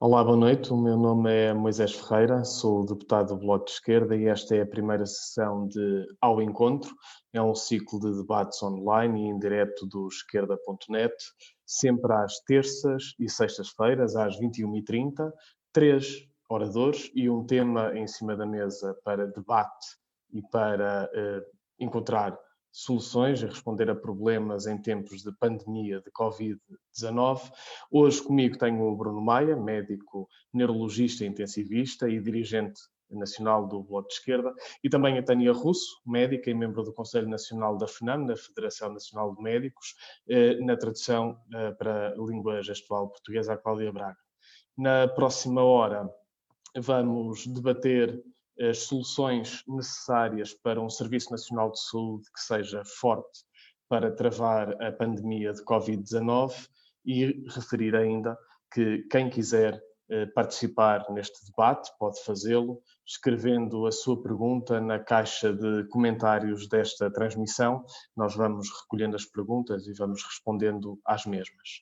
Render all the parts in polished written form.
Olá, boa noite. O meu nome é Moisés Ferreira, sou deputado do Bloco de Esquerda e esta é a primeira sessão de Ao Encontro. É um ciclo de debates online e em direto do esquerda.net, sempre às terças e sextas-feiras, às 21h30, três oradores e um tema em cima da mesa para debate e para encontrar soluções e responder a problemas em tempos de pandemia de Covid-19. Hoje comigo tenho o Bruno Maia, médico neurologista e intensivista e dirigente nacional do Bloco de Esquerda, e também a Tânia Russo, médica e membro do Conselho Nacional da FNAM, da Federação Nacional de Médicos, na tradução para a língua gestual portuguesa, a Cláudia Braga. Na próxima hora vamos debater as soluções necessárias para um Serviço Nacional de Saúde que seja forte para travar a pandemia de Covid-19 e referir ainda que quem quiser participar neste debate pode fazê-lo escrevendo a sua pergunta na caixa de comentários desta transmissão. Nós vamos recolhendo as perguntas e vamos respondendo às mesmas.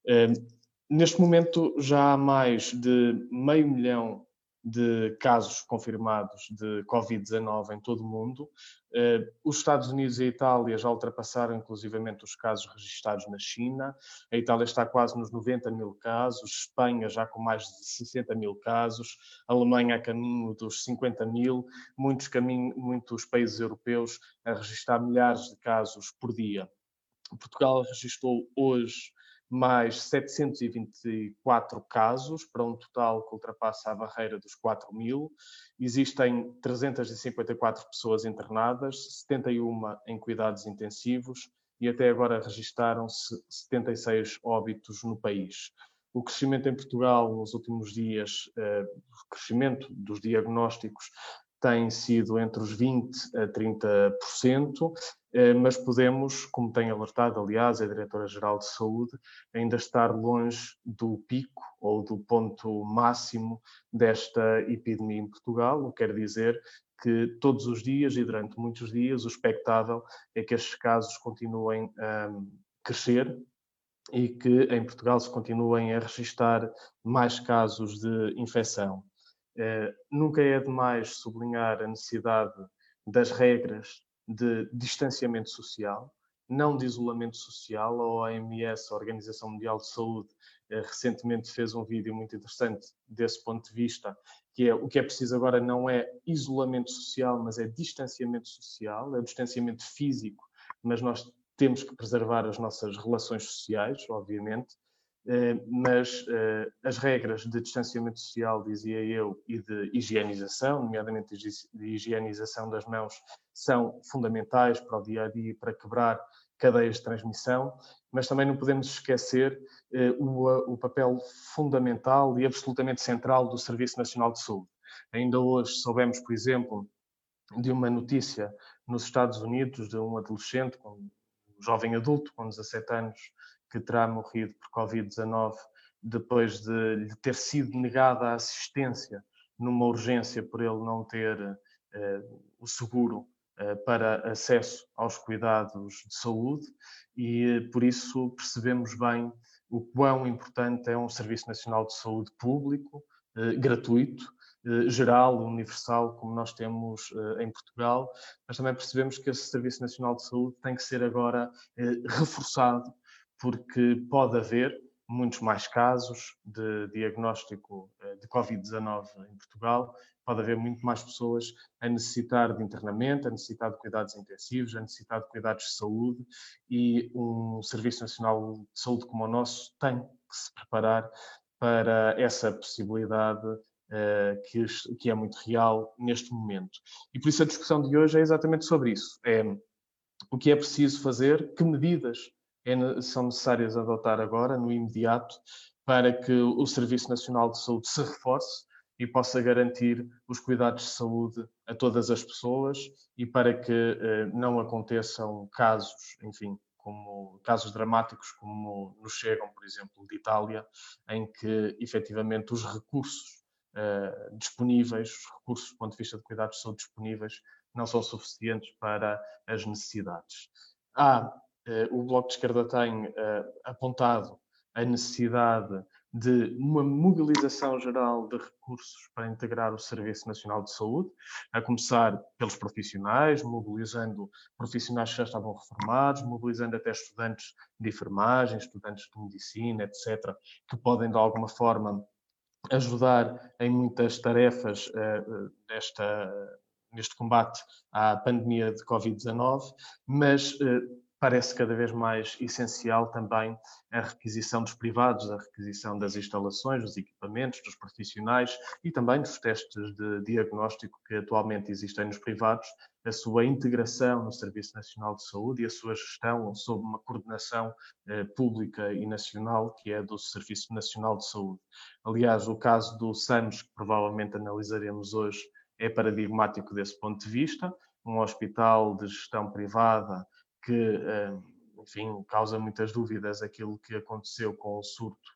Neste momento já há mais de 500 mil de casos confirmados de Covid-19 em todo o mundo. Os Estados Unidos e a Itália já ultrapassaram inclusivamente os casos registados na China. A Itália está quase nos 90 mil casos, Espanha já com mais de 60 mil casos, a Alemanha a caminho dos 50 mil, muitos países europeus a registrar milhares de casos por dia. Portugal registrou hoje mais 724 casos, para um total que ultrapassa a barreira dos 4 mil. Existem 354 pessoas internadas, 71 em cuidados intensivos e até agora registaram-se 76 óbitos no país. O crescimento em Portugal nos últimos dias, o crescimento dos diagnósticos tem sido entre os 20% a 30%, mas podemos, como tem alertado, aliás, a Diretora-Geral de Saúde, ainda estar longe do pico ou do ponto máximo desta epidemia em Portugal, o que quer dizer que todos os dias e durante muitos dias o expectável é que estes casos continuem a crescer e que em Portugal se continuem a registrar mais casos de infecção. Nunca é demais sublinhar a necessidade das regras de distanciamento social, não de isolamento social. A OMS, a Organização Mundial de Saúde, recentemente fez um vídeo muito interessante desse ponto de vista, que é o que é preciso agora não é isolamento social, mas é distanciamento social, é o distanciamento físico, mas nós temos que preservar as nossas relações sociais, obviamente, mas as regras de distanciamento social, dizia eu, e de higienização, nomeadamente de higienização das mãos, são fundamentais para o dia-a-dia e para quebrar cadeias de transmissão, mas também não podemos esquecer o papel fundamental e absolutamente central do Serviço Nacional de Saúde. Ainda hoje soubemos, por exemplo, de uma notícia nos Estados Unidos de um adolescente, um jovem adulto com 17 anos, que terá morrido por Covid-19 depois de lhe ter sido negada a assistência numa urgência por ele não ter o seguro para acesso aos cuidados de saúde e por isso percebemos bem o quão importante é um Serviço Nacional de Saúde público, gratuito, geral, universal, como nós temos em Portugal, mas também percebemos que esse Serviço Nacional de Saúde tem que ser agora reforçado, porque pode haver muitos mais casos de diagnóstico de Covid-19 em Portugal, pode haver muito mais pessoas a necessitar de internamento, a necessitar de cuidados intensivos, a necessitar de cuidados de saúde e um Serviço Nacional de Saúde como o nosso tem que se preparar para essa possibilidade que é muito real neste momento. E por isso a discussão de hoje é exatamente sobre isso. É o que é preciso fazer, que medidas são necessárias adotar agora, no imediato, para que o Serviço Nacional de Saúde se reforce e possa garantir os cuidados de saúde a todas as pessoas e para que não aconteçam casos, enfim, como casos dramáticos como nos chegam, por exemplo, de Itália, em que efetivamente os recursos disponíveis, os recursos do ponto de vista de cuidados de saúde disponíveis, não são suficientes para as necessidades. O Bloco de Esquerda tem apontado a necessidade de uma mobilização geral de recursos para integrar o Serviço Nacional de Saúde, a começar pelos profissionais, mobilizando profissionais que já estavam reformados, mobilizando até estudantes de enfermagem, estudantes de medicina, etc., que podem, de alguma forma, ajudar em muitas tarefas neste combate à pandemia de Covid-19, mas parece cada vez mais essencial também a requisição dos privados, a requisição das instalações, dos equipamentos, dos profissionais e também dos testes de diagnóstico que atualmente existem nos privados, a sua integração no Serviço Nacional de Saúde e a sua gestão sob uma coordenação pública e nacional, que é do Serviço Nacional de Saúde. Aliás, o caso do SAMS, que provavelmente analisaremos hoje, é paradigmático desse ponto de vista. Um hospital de gestão privada que, enfim, causa muitas dúvidas aquilo que aconteceu com o surto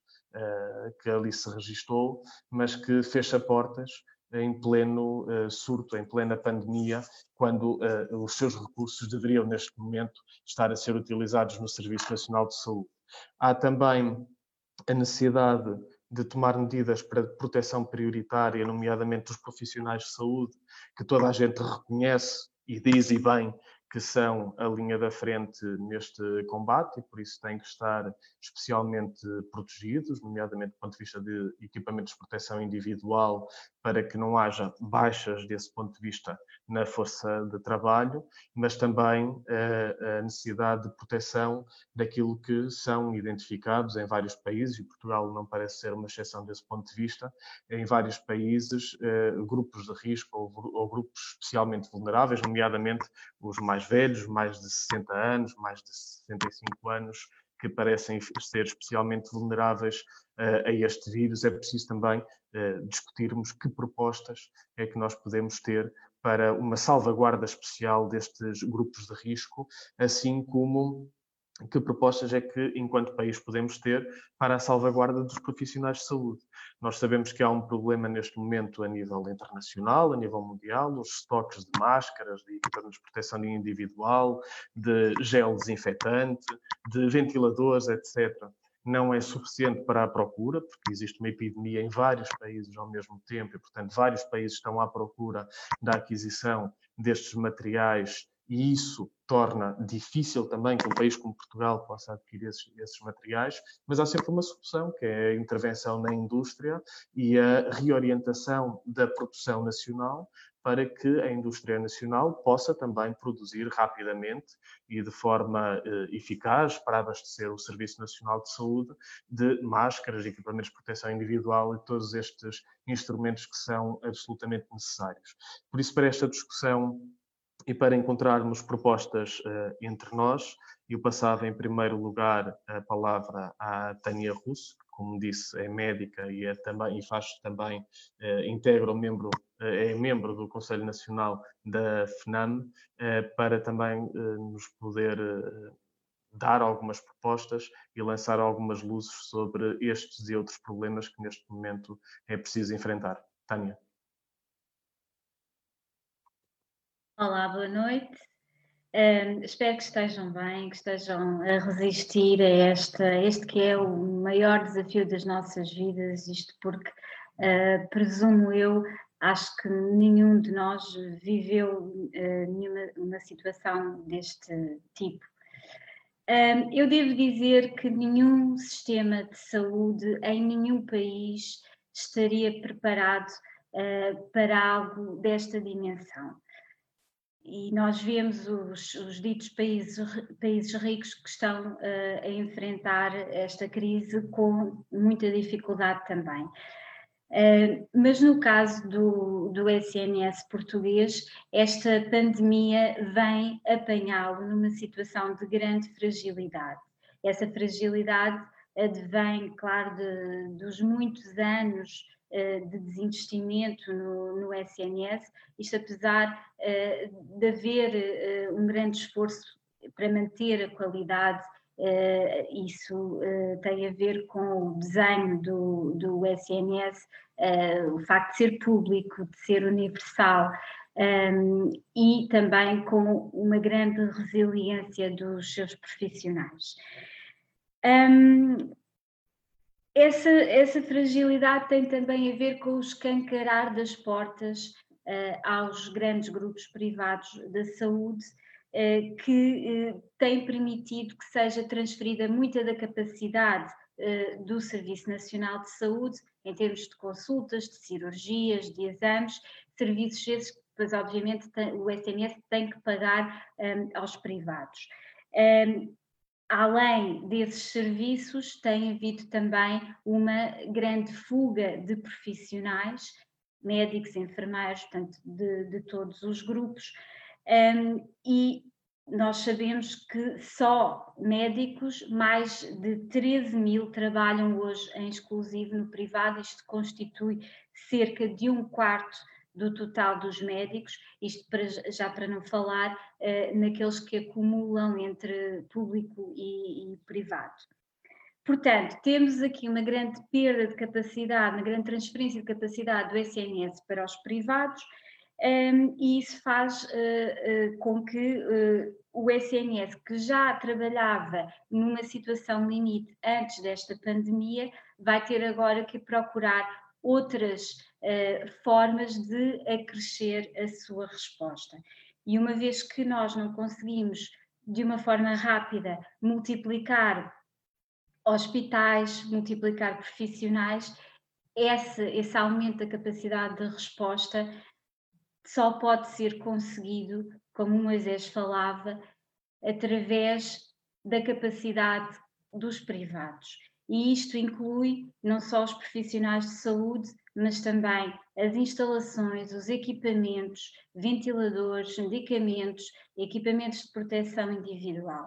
que ali se registou, mas que fecha portas em pleno surto, em plena pandemia, quando os seus recursos deveriam, neste momento, estar a ser utilizados no Serviço Nacional de Saúde. Há também a necessidade de tomar medidas para proteção prioritária, nomeadamente dos profissionais de saúde, que toda a gente reconhece e diz e bem que são a linha da frente neste combate e por isso têm que estar especialmente protegidos, nomeadamente do ponto de vista de equipamentos de proteção individual, para que não haja baixas desse ponto de vista na força de trabalho, mas também a necessidade de proteção daquilo que são identificados em vários países, e Portugal não parece ser uma exceção desse ponto de vista, em vários países, grupos de risco ou grupos especialmente vulneráveis, nomeadamente os mais velhos, mais de 60 anos, mais de 65 anos, que parecem ser especialmente vulneráveis a este vírus. É preciso também discutirmos que propostas é que nós podemos ter para uma salvaguarda especial destes grupos de risco, assim como que propostas é que, enquanto país, podemos ter para a salvaguarda dos profissionais de saúde. Nós sabemos que há um problema neste momento a nível internacional, a nível mundial, os estoques de máscaras, de equipamentos de proteção individual, de gel desinfetante, de ventiladores, etc. Não é suficiente para a procura, porque existe uma epidemia em vários países ao mesmo tempo e, portanto, vários países estão à procura da aquisição destes materiais e isso torna difícil também que um país como Portugal possa adquirir esses materiais, mas há sempre uma solução, que é a intervenção na indústria e a reorientação da produção nacional para que a indústria nacional possa também produzir rapidamente e de forma eficaz para abastecer o Serviço Nacional de Saúde de máscaras, equipamentos de proteção individual e todos estes instrumentos que são absolutamente necessários. Por isso, para esta discussão e para encontrarmos propostas entre nós, eu passava em primeiro lugar a palavra à Tânia Russo, que, como disse, é médica e, e faz também, é membro do Conselho Nacional da FNAM, para também nos poder dar algumas propostas e lançar algumas luzes sobre estes e outros problemas que neste momento é preciso enfrentar. Tânia. Olá, boa noite. Espero que estejam bem, que estejam a resistir a este que é o maior desafio das nossas vidas, isto porque, presumo eu, acho que nenhum de nós viveu uma situação deste tipo. Eu devo dizer que nenhum sistema de saúde em nenhum país estaria preparado para algo desta dimensão. E nós vemos os ditos países ricos que estão a enfrentar esta crise com muita dificuldade também. Mas no caso do SNS português, esta pandemia vem apanhá-lo numa situação de grande fragilidade. Essa fragilidade advém, claro, dos muitos anos de desinvestimento no SNS, isto apesar de haver um grande esforço para manter a qualidade. Isso tem a ver com o desenho do SNS, o facto de ser público, de ser universal, e também com uma grande resiliência dos seus profissionais. essa fragilidade tem também a ver com o escancarar das portas aos grandes grupos privados da saúde, que tem permitido que seja transferida muita da capacidade do Serviço Nacional de Saúde, em termos de consultas, de cirurgias, de exames, serviços esses que depois, obviamente, o SNS tem que pagar aos privados. Além desses serviços, tem havido também uma grande fuga de profissionais, médicos, enfermeiros, portanto, de todos os grupos, e nós sabemos que só médicos, mais de 13 mil trabalham hoje em exclusivo no privado, isto constitui cerca de 1/4 do total dos médicos, isto já para não falar naqueles que acumulam entre público e privado. Portanto, temos aqui uma grande perda de capacidade, uma grande transferência de capacidade do SNS para os privados, e isso faz com que o SNS, que já trabalhava numa situação limite antes desta pandemia, vai ter agora que procurar outras formas de acrescer a sua resposta. E uma vez que nós não conseguimos, de uma forma rápida, multiplicar hospitais, multiplicar profissionais, esse aumento da capacidade de resposta só pode ser conseguido, como o Moisés falava, através da capacidade dos privados. E isto inclui não só os profissionais de saúde, mas também as instalações, os equipamentos, ventiladores, medicamentos, equipamentos de proteção individual.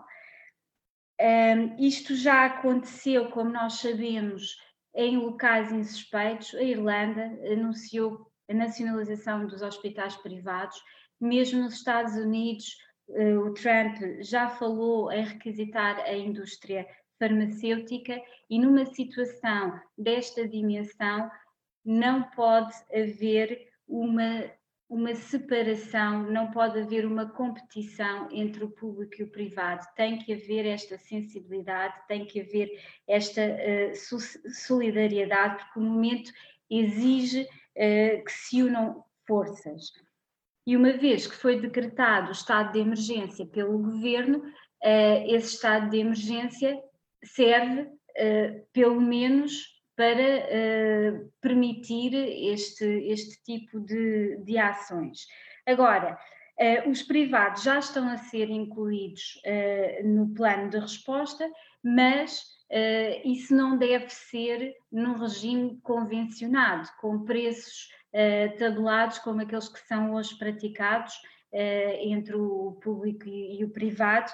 Isto já aconteceu, como nós sabemos, em locais insuspeitos. A Irlanda anunciou a nacionalização dos hospitais privados, mesmo nos Estados Unidos, o Trump já falou em requisitar a indústria farmacêutica, e numa situação desta dimensão não pode haver uma separação, não pode haver uma competição entre o público e o privado. Tem que haver esta sensibilidade, tem que haver esta solidariedade, porque o momento exige que se unam forças. E uma vez que foi decretado o estado de emergência pelo governo, esse estado de emergência serve, pelo menos, para permitir este tipo de ações. Agora, os privados já estão a ser incluídos no plano de resposta, mas isso não deve ser num regime convencionado, com preços tabelados como aqueles que são hoje praticados entre o público e o privado.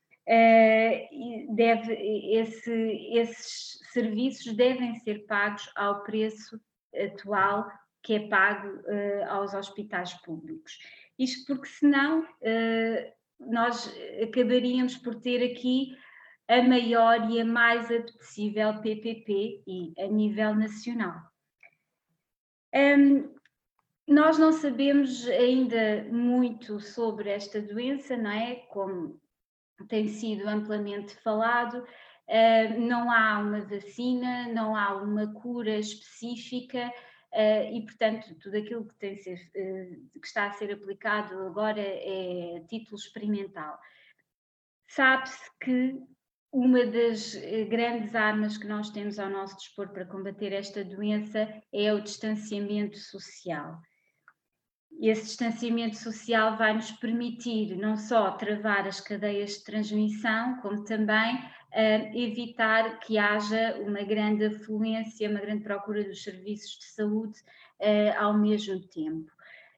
Esses serviços devem ser pagos ao preço atual que é pago aos hospitais públicos. Isto porque senão nós acabaríamos por ter aqui a maior e a mais apetecível PPP e a nível nacional. Nós não sabemos ainda muito sobre esta doença, não é? Como tem sido amplamente falado, não há uma vacina, não há uma cura específica e, portanto, tudo aquilo que está a ser aplicado agora é título experimental. Sabe-se que uma das grandes armas que nós temos ao nosso dispor para combater esta doença é o distanciamento social. Esse distanciamento social vai nos permitir não só travar as cadeias de transmissão, como também evitar que haja uma grande afluência, uma grande procura dos serviços de saúde ao mesmo tempo.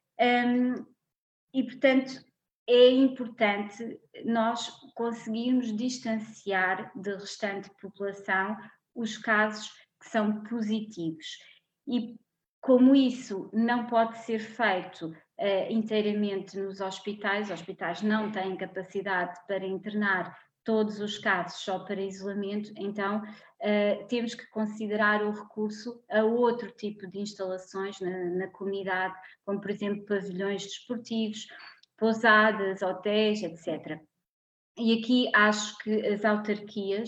E, portanto, é importante nós conseguirmos distanciar da restante população os casos que são positivos. E como isso não pode ser feito inteiramente nos hospitais, os hospitais não têm capacidade para internar todos os casos só para isolamento, então temos que considerar o recurso a outro tipo de instalações na comunidade, como por exemplo pavilhões desportivos, pousadas, hotéis, etc. E aqui acho que as autarquias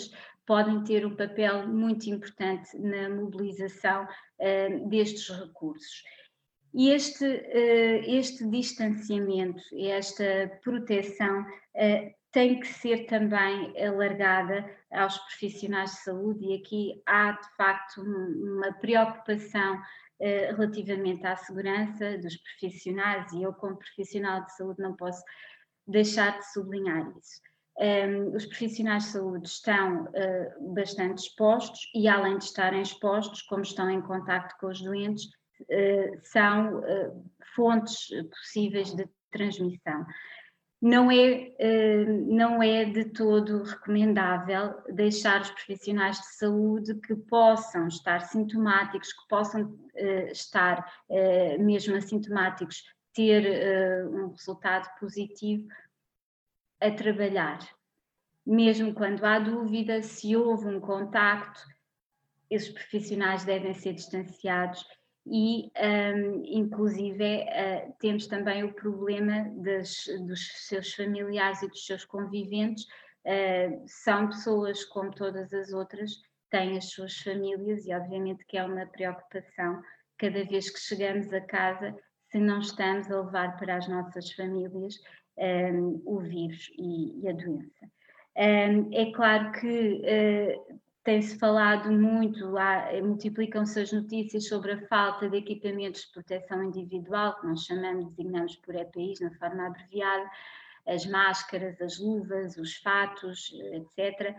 podem ter um papel muito importante na mobilização destes recursos. E este distanciamento, esta proteção tem que ser também alargada aos profissionais de saúde, e aqui há de facto uma preocupação relativamente à segurança dos profissionais, e eu, como profissional de saúde, não posso deixar de sublinhar isso. Os profissionais de saúde estão bastante expostos, e além de estarem expostos, como estão em contacto com os doentes, são fontes possíveis de transmissão. Não é de todo recomendável deixar os profissionais de saúde que possam estar sintomáticos, que possam estar mesmo assintomáticos, ter um resultado positivo a trabalhar. Mesmo quando há dúvida se houve um contacto, esses profissionais devem ser distanciados. E, inclusive, temos também o problema dos seus familiares e dos seus conviventes. São pessoas como todas as outras, têm as suas famílias, e obviamente que é uma preocupação cada vez que chegamos a casa, se não estamos a levar para as nossas famílias o vírus e a doença. É claro que tem-se falado muito, multiplicam-se as notícias sobre a falta de equipamentos de proteção individual, que nós designamos por EPIs, na forma abreviada, as máscaras, as luvas, os fatos, etc.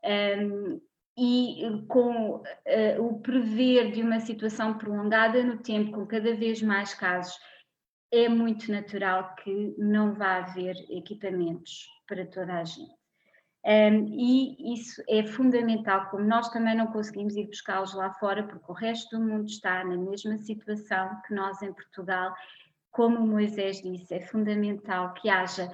E com o prever de uma situação prolongada no tempo, com cada vez mais casos, é muito natural que não vá haver equipamentos para toda a gente. E isso é fundamental, como nós também não conseguimos ir buscá-los lá fora, porque o resto do mundo está na mesma situação que nós em Portugal. Como o Moisés disse, é fundamental que haja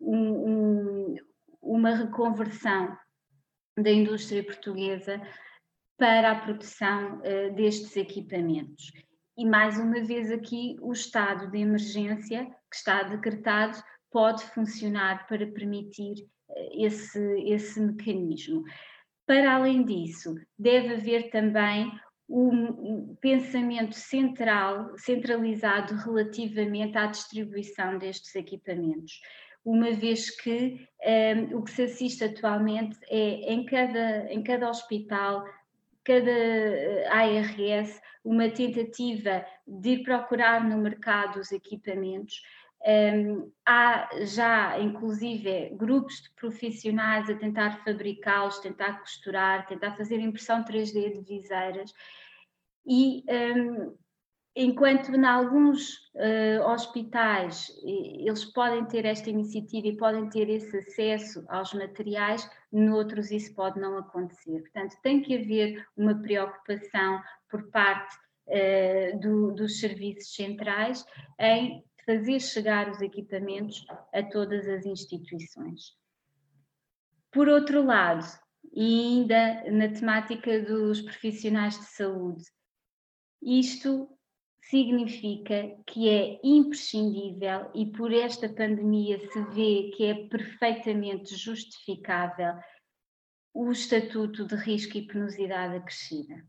uma reconversão da indústria portuguesa para a produção destes equipamentos. E mais uma vez aqui o estado de emergência que está decretado pode funcionar para permitir esse mecanismo. Para além disso, deve haver também um pensamento centralizado relativamente à distribuição destes equipamentos, uma vez que o que se assiste atualmente é em cada hospital, cada ARS, uma tentativa de ir procurar no mercado os equipamentos. Há já, inclusive, grupos de profissionais a tentar fabricá-los, tentar costurar, tentar fazer impressão 3D de viseiras, e enquanto em alguns hospitais eles podem ter esta iniciativa e podem ter esse acesso aos materiais, noutros isso pode não acontecer. Portanto, tem que haver uma preocupação por parte dos serviços centrais em fazer chegar os equipamentos a todas as instituições. Por outro lado, e ainda na temática dos profissionais de saúde, isto significa que é imprescindível, e por esta pandemia se vê que é perfeitamente justificável, o estatuto de risco e penosidade acrescida.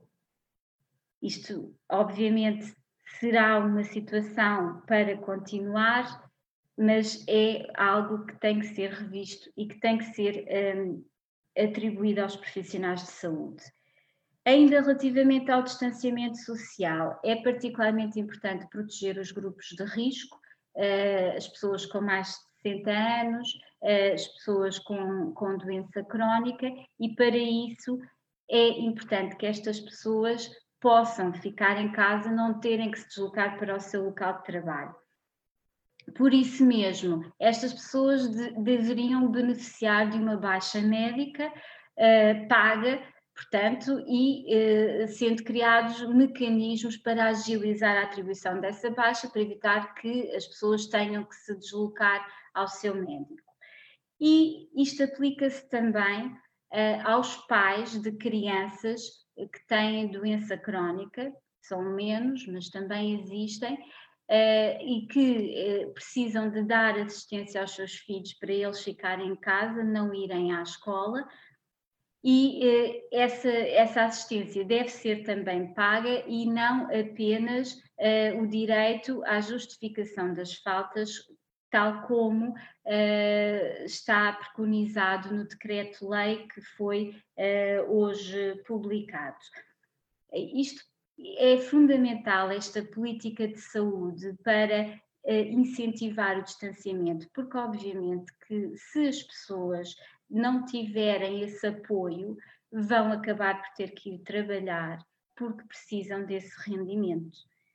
Isto, obviamente, será uma situação para continuar, mas é algo que tem que ser revisto e que tem que ser atribuído aos profissionais de saúde. Ainda relativamente ao distanciamento social, é particularmente importante proteger os grupos de risco, as pessoas com mais de 60 anos, as pessoas com doença crónica, e para isso é importante que estas pessoas possam ficar em casa, não terem que se deslocar para o seu local de trabalho. Por isso mesmo, estas pessoas deveriam beneficiar de uma baixa médica paga, portanto, e sendo criados mecanismos para agilizar a atribuição dessa baixa, para evitar que as pessoas tenham que se deslocar ao seu médico. E isto aplica-se também aos pais de crianças que têm doença crónica, são menos, mas também existem, e que precisam de dar assistência aos seus filhos para eles ficarem em casa, não irem à escola. E essa assistência deve ser também paga e não apenas o direito à justificação das faltas, tal como está preconizado no decreto-lei que foi hoje publicado. Isto é fundamental, esta política de saúde, para incentivar o distanciamento, porque obviamente que se as pessoas não tiverem esse apoio, vão acabar por ter que ir trabalhar porque precisam desse rendimento.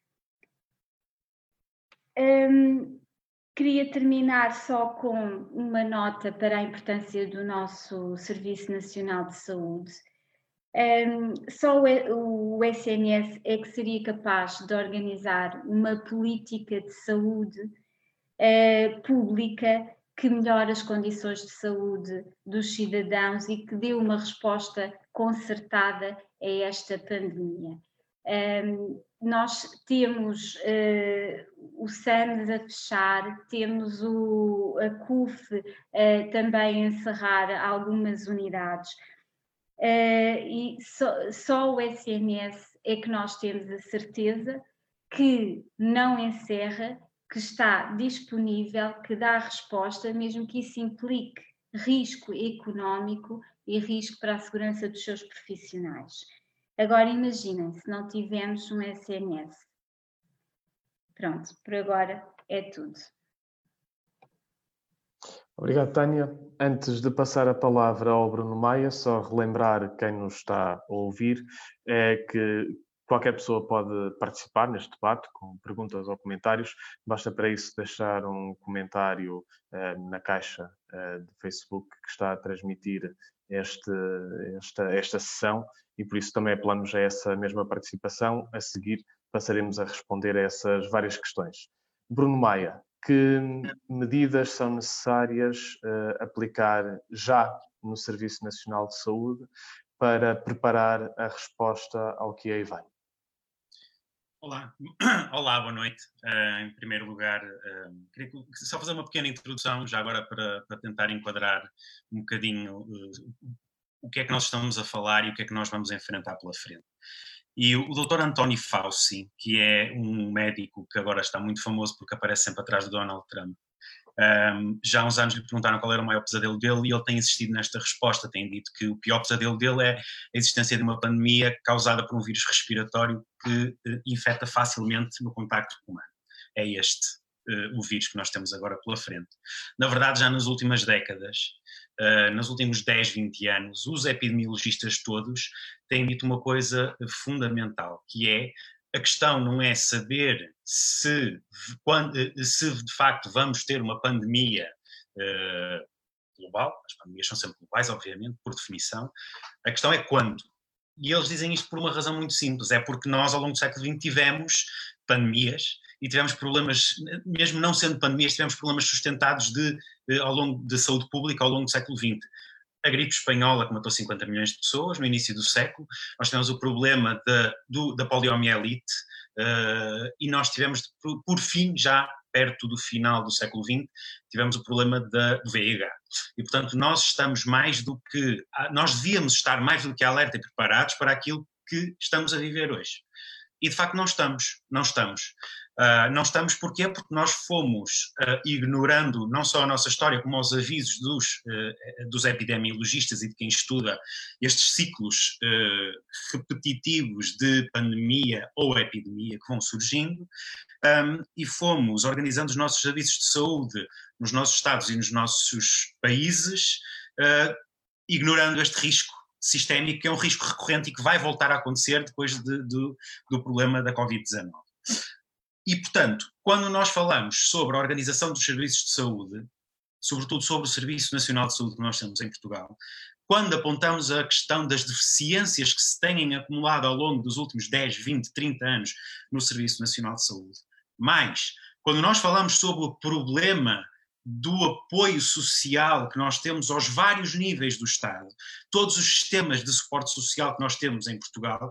Queria terminar só com uma nota para a importância do nosso Serviço Nacional de Saúde. Só o SNS é que seria capaz de organizar uma política de saúde pública que melhore as condições de saúde dos cidadãos e que dê uma resposta concertada a esta pandemia. Nós temos o SAMS a fechar, temos a CUF também a encerrar algumas unidades. E só o SNS é que nós temos a certeza que não encerra, que está disponível, que dá resposta, mesmo que isso implique risco económico e risco para a segurança dos seus profissionais. Agora imaginem, se não tivermos um SNS. Pronto, por agora é tudo. Obrigado, Tânia. Antes de passar a palavra ao Bruno Maia, só relembrar quem nos está a ouvir que qualquer pessoa pode participar neste debate com perguntas ou comentários. Basta para isso deixar um comentário na caixa de Facebook que está a transmitir esta sessão e por isso também apelamos a essa mesma participação. A seguir passaremos a responder a essas várias questões. Bruno Maia, que medidas são necessárias aplicar já no Serviço Nacional de Saúde para preparar a resposta ao que aí vem? Olá, boa noite. Em primeiro lugar, queria só fazer uma pequena introdução, já agora para tentar enquadrar um bocadinho o que é que nós estamos a falar e o que é que nós vamos enfrentar pela frente. E o Dr. Anthony Fauci, que é um médico que agora está muito famoso porque aparece sempre atrás do Donald Trump, já há uns anos lhe perguntaram qual era o maior pesadelo dele e ele tem insistido nesta resposta, tem dito que o pior pesadelo dele é a existência de uma pandemia causada por um vírus respiratório que infecta facilmente no contacto humano. É este o vírus que nós temos agora pela frente. Na verdade, já nas últimas décadas, nos últimos 10, 20 anos, os epidemiologistas todos têm dito uma coisa fundamental, que é a questão não é saber se de facto vamos ter uma pandemia global, as pandemias são sempre globais, obviamente, por definição, a questão é quando. E eles dizem isto por uma razão muito simples, é porque nós ao longo do século XX tivemos pandemias e tivemos problemas, mesmo não sendo pandemias, tivemos problemas sustentados ao longo da saúde pública ao longo do século XX. A gripe espanhola que matou 50 milhões de pessoas no início do século, nós tivemos o problema da poliomielite e nós tivemos, por fim, já perto do final do século XX, tivemos o problema do VIH. E, portanto, nós devíamos estar mais do que alerta e preparados para aquilo que estamos a viver hoje. E, de facto, não estamos. Não estamos porquê? Porque nós fomos ignorando não só a nossa história, como os avisos dos epidemiologistas e de quem estuda estes ciclos repetitivos de pandemia ou epidemia que vão surgindo, e fomos organizando os nossos serviços de saúde nos nossos estados e nos nossos países, ignorando este risco sistémico, que é um risco recorrente e que vai voltar a acontecer depois do problema da Covid-19. E, portanto, quando nós falamos sobre a organização dos serviços de saúde, sobretudo sobre o Serviço Nacional de Saúde que nós temos em Portugal, quando apontamos a questão das deficiências que se têm acumulado ao longo dos últimos 10, 20, 30 anos no Serviço Nacional de Saúde, mas quando nós falamos sobre o problema do apoio social que nós temos aos vários níveis do Estado, todos os sistemas de suporte social que nós temos em Portugal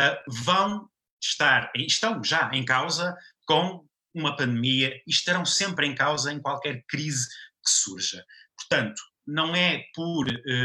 estão já em causa com uma pandemia e estarão sempre em causa em qualquer crise que surja. Portanto, não é por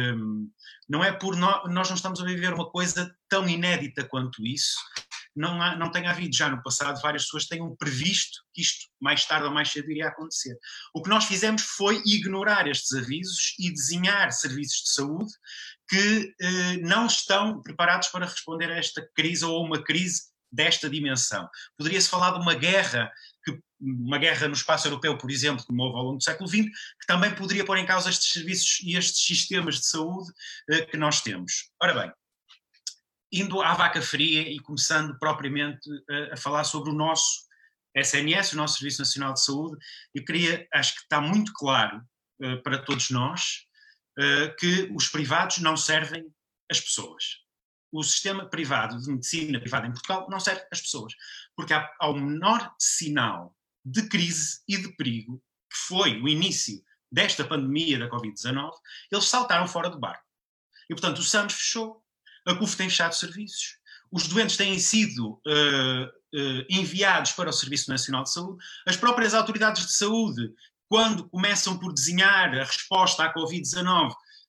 nós não estamos a viver uma coisa tão inédita quanto isso. Não tem havido já no passado várias pessoas que tenham previsto que isto mais tarde ou mais cedo iria acontecer. O que nós fizemos foi ignorar estes avisos e desenhar serviços de saúde que não estão preparados para responder a esta crise ou a uma crise desta dimensão. Poderia-se falar de uma guerra no espaço europeu, por exemplo, como houve ao longo do século XX, que também poderia pôr em causa estes serviços e estes sistemas de saúde que nós temos. Ora bem, indo à vaca fria e começando propriamente a falar sobre o nosso SNS, o nosso Serviço Nacional de Saúde, acho que está muito claro para todos nós que os privados não servem as pessoas. O sistema privado de medicina privada em Portugal não serve as pessoas, porque ao menor sinal de crise e de perigo, que foi o início desta pandemia da Covid-19, eles saltaram fora do barco. E, portanto, o SAMS fechou, a CUF tem fechado serviços, os doentes têm sido enviados para o Serviço Nacional de Saúde, as próprias autoridades de saúde, quando começam por desenhar a resposta à Covid-19,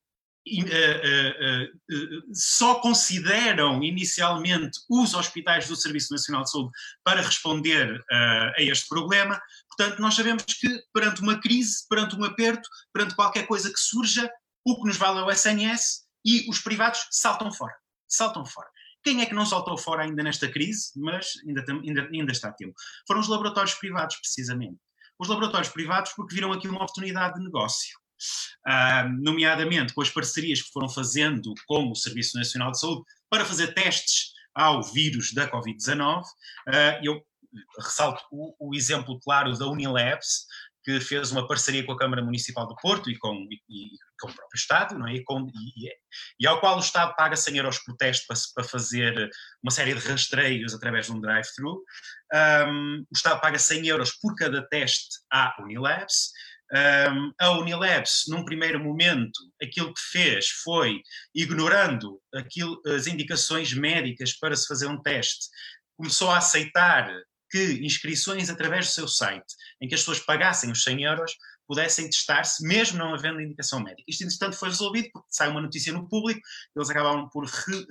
só consideram inicialmente os hospitais do Serviço Nacional de Saúde para responder a este problema. Portanto, nós sabemos que perante uma crise, perante um aperto, perante qualquer coisa que surja, o que nos vale é o SNS e os privados saltam fora. Saltam fora. Quem é que não saltou fora ainda nesta crise, mas ainda está a tempo? Foram os laboratórios privados, precisamente. Os laboratórios privados porque viram aqui uma oportunidade de negócio. Nomeadamente com as parcerias que foram fazendo com o Serviço Nacional de Saúde para fazer testes ao vírus da Covid-19. Eu ressalto o exemplo claro da Unilabs, que fez uma parceria com a Câmara Municipal do Porto e com o próprio Estado, não é? E ao qual o Estado paga 100 euros por teste para fazer uma série de rastreios através de um drive-thru. O Estado paga 100 euros por cada teste à Unilabs. A Unilabs, num primeiro momento, aquilo que fez foi, ignorando as indicações médicas para se fazer um teste, começou a aceitar que inscrições através do seu site, em que as pessoas pagassem os 100 euros, pudessem testar-se, mesmo não havendo indicação médica. Isto, entretanto, foi resolvido porque sai uma notícia no público, eles acabaram por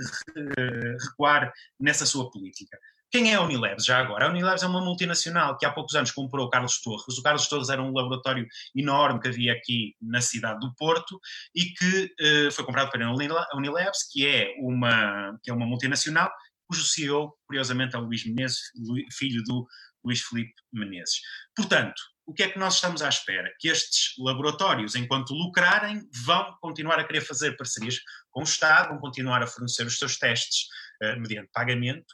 recuar nessa sua política. Quem é a Unilabs já agora? A Unilabs é uma multinacional que há poucos anos comprou o Carlos Torres. O Carlos Torres era um laboratório enorme que havia aqui na cidade do Porto e que foi comprado pela Unilabs, que é uma multinacional, cujo CEO, curiosamente, é o Luís Menezes, filho do Luís Filipe Menezes. Portanto, o que é que nós estamos à espera? Que estes laboratórios, enquanto lucrarem, vão continuar a querer fazer parcerias com o Estado, vão continuar a fornecer os seus testes mediante pagamento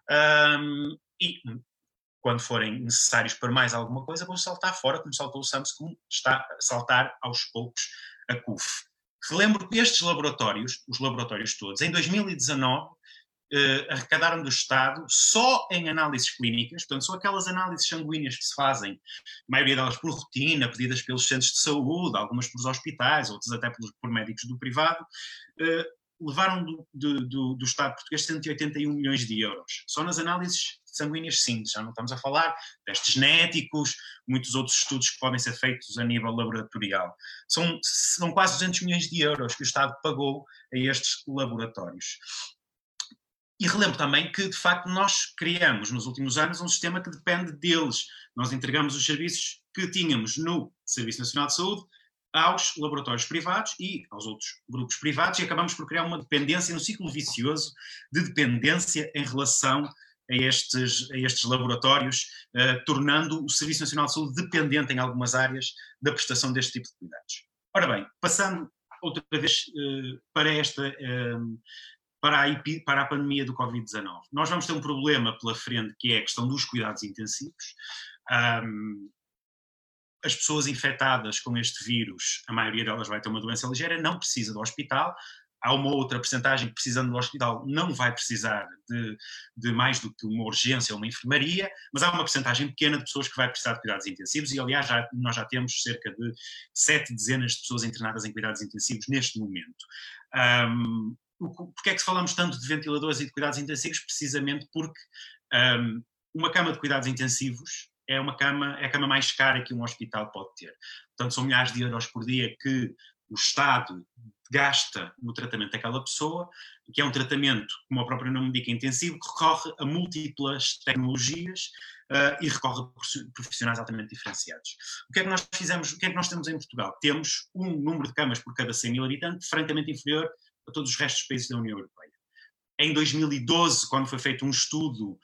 e, quando forem necessários para mais alguma coisa, vão saltar fora, como saltou o SAMS, como está a saltar aos poucos a CUF. Relembro que estes laboratórios, os laboratórios todos, em 2019, arrecadaram do Estado, só em análises clínicas, portanto, são aquelas análises sanguíneas que se fazem, a maioria delas por rotina, pedidas pelos centros de saúde, algumas pelos hospitais, outras até por médicos do privado, levaram do Estado português 181 milhões de euros. Só nas análises sanguíneas, sim, já não estamos a falar de testes genéticos, muitos outros estudos que podem ser feitos a nível laboratorial. São quase 200 milhões de euros que o Estado pagou a estes laboratórios. E relembro também que, de facto, nós criamos nos últimos anos um sistema que depende deles. Nós entregamos os serviços que tínhamos no Serviço Nacional de Saúde aos laboratórios privados e aos outros grupos privados e acabamos por criar uma dependência, um ciclo vicioso de dependência em relação a estes laboratórios, tornando o Serviço Nacional de Saúde dependente em algumas áreas da prestação deste tipo de cuidados. Ora bem, passando outra vez para a pandemia do Covid-19. Nós vamos ter um problema pela frente, que é a questão dos cuidados intensivos. As pessoas infectadas com este vírus, a maioria delas vai ter uma doença ligeira, não precisa do hospital. Há uma outra percentagem que, precisando do hospital, não vai precisar de mais do que uma urgência ou uma enfermaria, mas há uma percentagem pequena de pessoas que vai precisar de cuidados intensivos e, aliás, nós já temos cerca de 7 dezenas de pessoas internadas em cuidados intensivos neste momento. Porquê é que falamos tanto de ventiladores e de cuidados intensivos? Precisamente porque uma cama de cuidados intensivos é a cama mais cara que um hospital pode ter. Portanto, são milhares de euros por dia que o Estado gasta no tratamento daquela pessoa, que é um tratamento, como o próprio nome indica, intensivo, que recorre a múltiplas tecnologias e recorre a profissionais altamente diferenciados. O que é que nós fizemos, o que é que nós temos em Portugal? Temos um número de camas por cada 100 mil habitantes, francamente inferior a todos os restos dos países da União Europeia. Em 2012, quando foi feito um estudo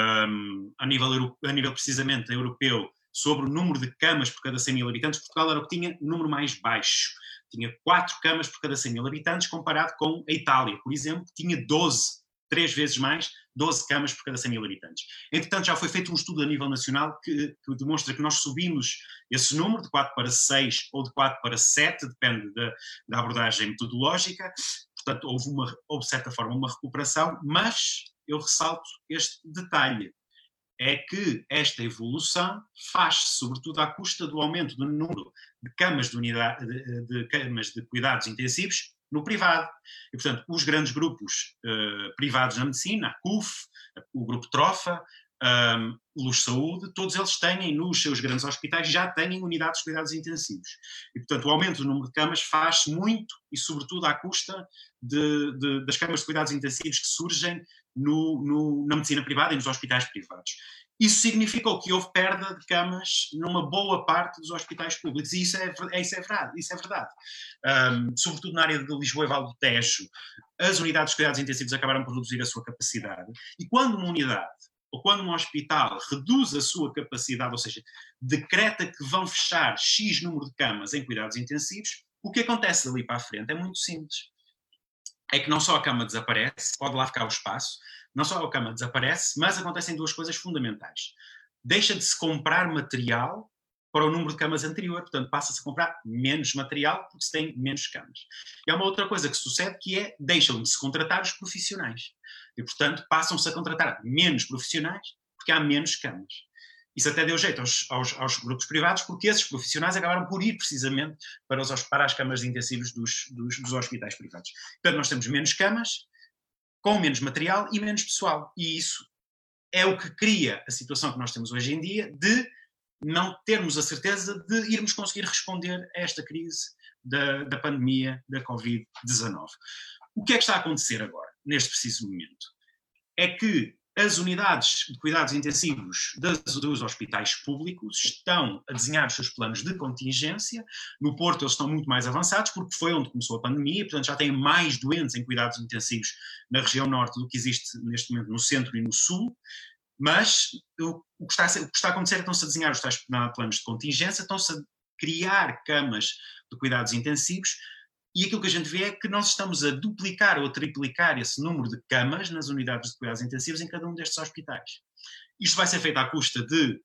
a nível precisamente europeu sobre o número de camas por cada 100 mil habitantes, Portugal era o que tinha o número mais baixo. Tinha 4 camas por cada 100 mil habitantes, comparado com a Itália, por exemplo, que tinha 12, 3 vezes mais, 12 camas por cada 100 mil habitantes. Entretanto, já foi feito um estudo a nível nacional que demonstra que nós subimos esse número de 4 para 6 ou de 4 para 7, depende da abordagem metodológica. Portanto, houve, de certa forma, uma recuperação, mas eu ressalto este detalhe. É que esta evolução faz-se sobretudo à custa do aumento do número de camas de camas de cuidados intensivos no privado. E, portanto, os grandes grupos privados na medicina, a CUF, o Grupo Trofa, Luz Saúde, todos eles têm nos seus grandes hospitais, já têm unidades de cuidados intensivos. E, portanto, o aumento do número de camas faz-se muito e, sobretudo, à custa das camas de cuidados intensivos que surgem na medicina privada e nos hospitais privados. Isso significou que houve perda de camas numa boa parte dos hospitais públicos, e isso é verdade. Sobretudo na área de Lisboa e Vale do Tejo, as unidades de cuidados intensivos acabaram por reduzir a sua capacidade, e quando uma unidade ou quando um hospital reduz a sua capacidade, ou seja, decreta que vão fechar X número de camas em cuidados intensivos, o que acontece dali para a frente é muito simples. É que não só a cama desaparece, pode lá ficar o espaço, não só a cama desaparece, mas acontecem 2 coisas fundamentais. Deixa de se comprar material para o número de camas anterior, portanto passa-se a comprar menos material porque se tem menos camas. E há uma outra coisa que sucede, que é deixam de se contratar os profissionais. E, portanto, passam-se a contratar menos profissionais porque há menos camas. Isso até deu jeito aos grupos privados, porque esses profissionais acabaram por ir precisamente para as camas de intensivos dos hospitais privados. Portanto, nós temos menos camas, com menos material e menos pessoal. E isso é o que cria a situação que nós temos hoje em dia de não termos a certeza de irmos conseguir responder a esta crise da pandemia da Covid-19. O que é que está a acontecer agora, neste preciso momento? É que as unidades de cuidados intensivos dos hospitais públicos estão a desenhar os seus planos de contingência. No Porto eles estão muito mais avançados, porque foi onde começou a pandemia, portanto já têm mais doentes em cuidados intensivos na região norte do que existe neste momento no centro e no sul. Mas o que está a acontecer é que estão-se a desenhar os tais planos de contingência, estão-se a criar camas de cuidados intensivos, e aquilo que a gente vê é que nós estamos a duplicar ou a triplicar esse número de camas nas unidades de cuidados intensivos em cada um destes hospitais. Isto vai ser feito à custa de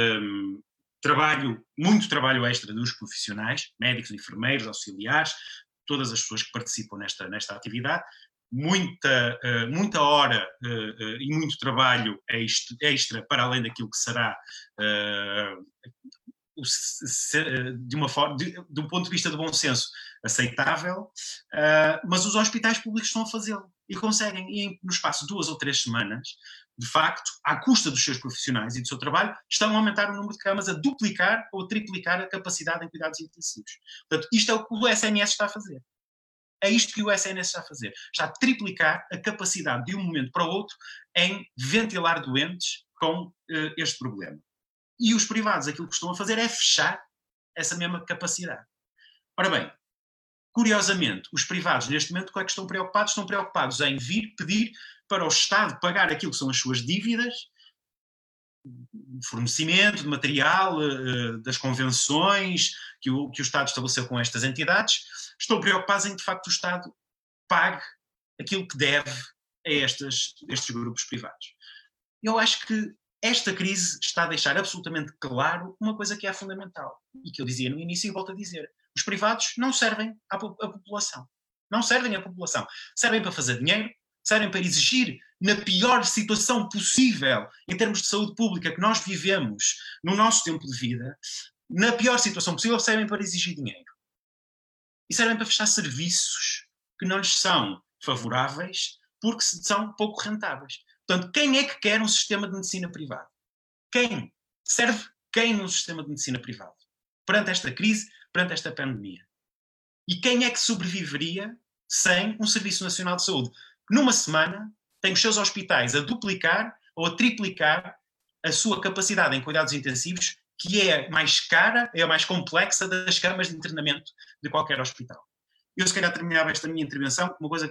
muito trabalho extra dos profissionais, médicos, enfermeiros, auxiliares, todas as pessoas que participam nesta atividade, muita hora e muito trabalho extra para além daquilo que será de um ponto de vista de bom senso aceitável, mas os hospitais públicos estão a fazê-lo e conseguem, e no espaço de 2 ou 3 semanas, de facto, à custa dos seus profissionais e do seu trabalho, estão a aumentar o número de camas, a duplicar ou a triplicar a capacidade em cuidados intensivos. Portanto, isto é o que o SNS está a fazer. É isto que o SNS está a fazer. Está a triplicar a capacidade de um momento para o outro em ventilar doentes com este problema. E os privados, aquilo que estão a fazer é fechar essa mesma capacidade. Ora bem, curiosamente, os privados neste momento, o que é que estão preocupados? Estão preocupados em vir pedir para o Estado pagar aquilo que são as suas dívidas, fornecimento de material, das convenções que o Estado estabeleceu com estas entidades. Estão preocupados em que, de facto, o Estado pague aquilo que deve a estes grupos privados. Eu acho que esta crise está a deixar absolutamente claro uma coisa que é fundamental e que eu dizia no início e volto a dizer. Os privados não servem à população. Não servem à população. Servem para fazer dinheiro, servem para exigir, na pior situação possível em termos de saúde pública que nós vivemos no nosso tempo de vida, na pior situação possível, servem para exigir dinheiro. E servem para fechar serviços que não lhes são favoráveis porque são pouco rentáveis. Portanto, quem é que quer um sistema de medicina privado? Quem? Serve quem num sistema de medicina privado? Perante esta crise, perante esta pandemia? E quem é que sobreviveria sem um Serviço Nacional de Saúde? Numa semana tem os seus hospitais a duplicar ou a triplicar a sua capacidade em cuidados intensivos, que é mais cara, é a mais complexa das camas de internamento de qualquer hospital. Eu, se calhar, terminava esta minha intervenção com uma coisa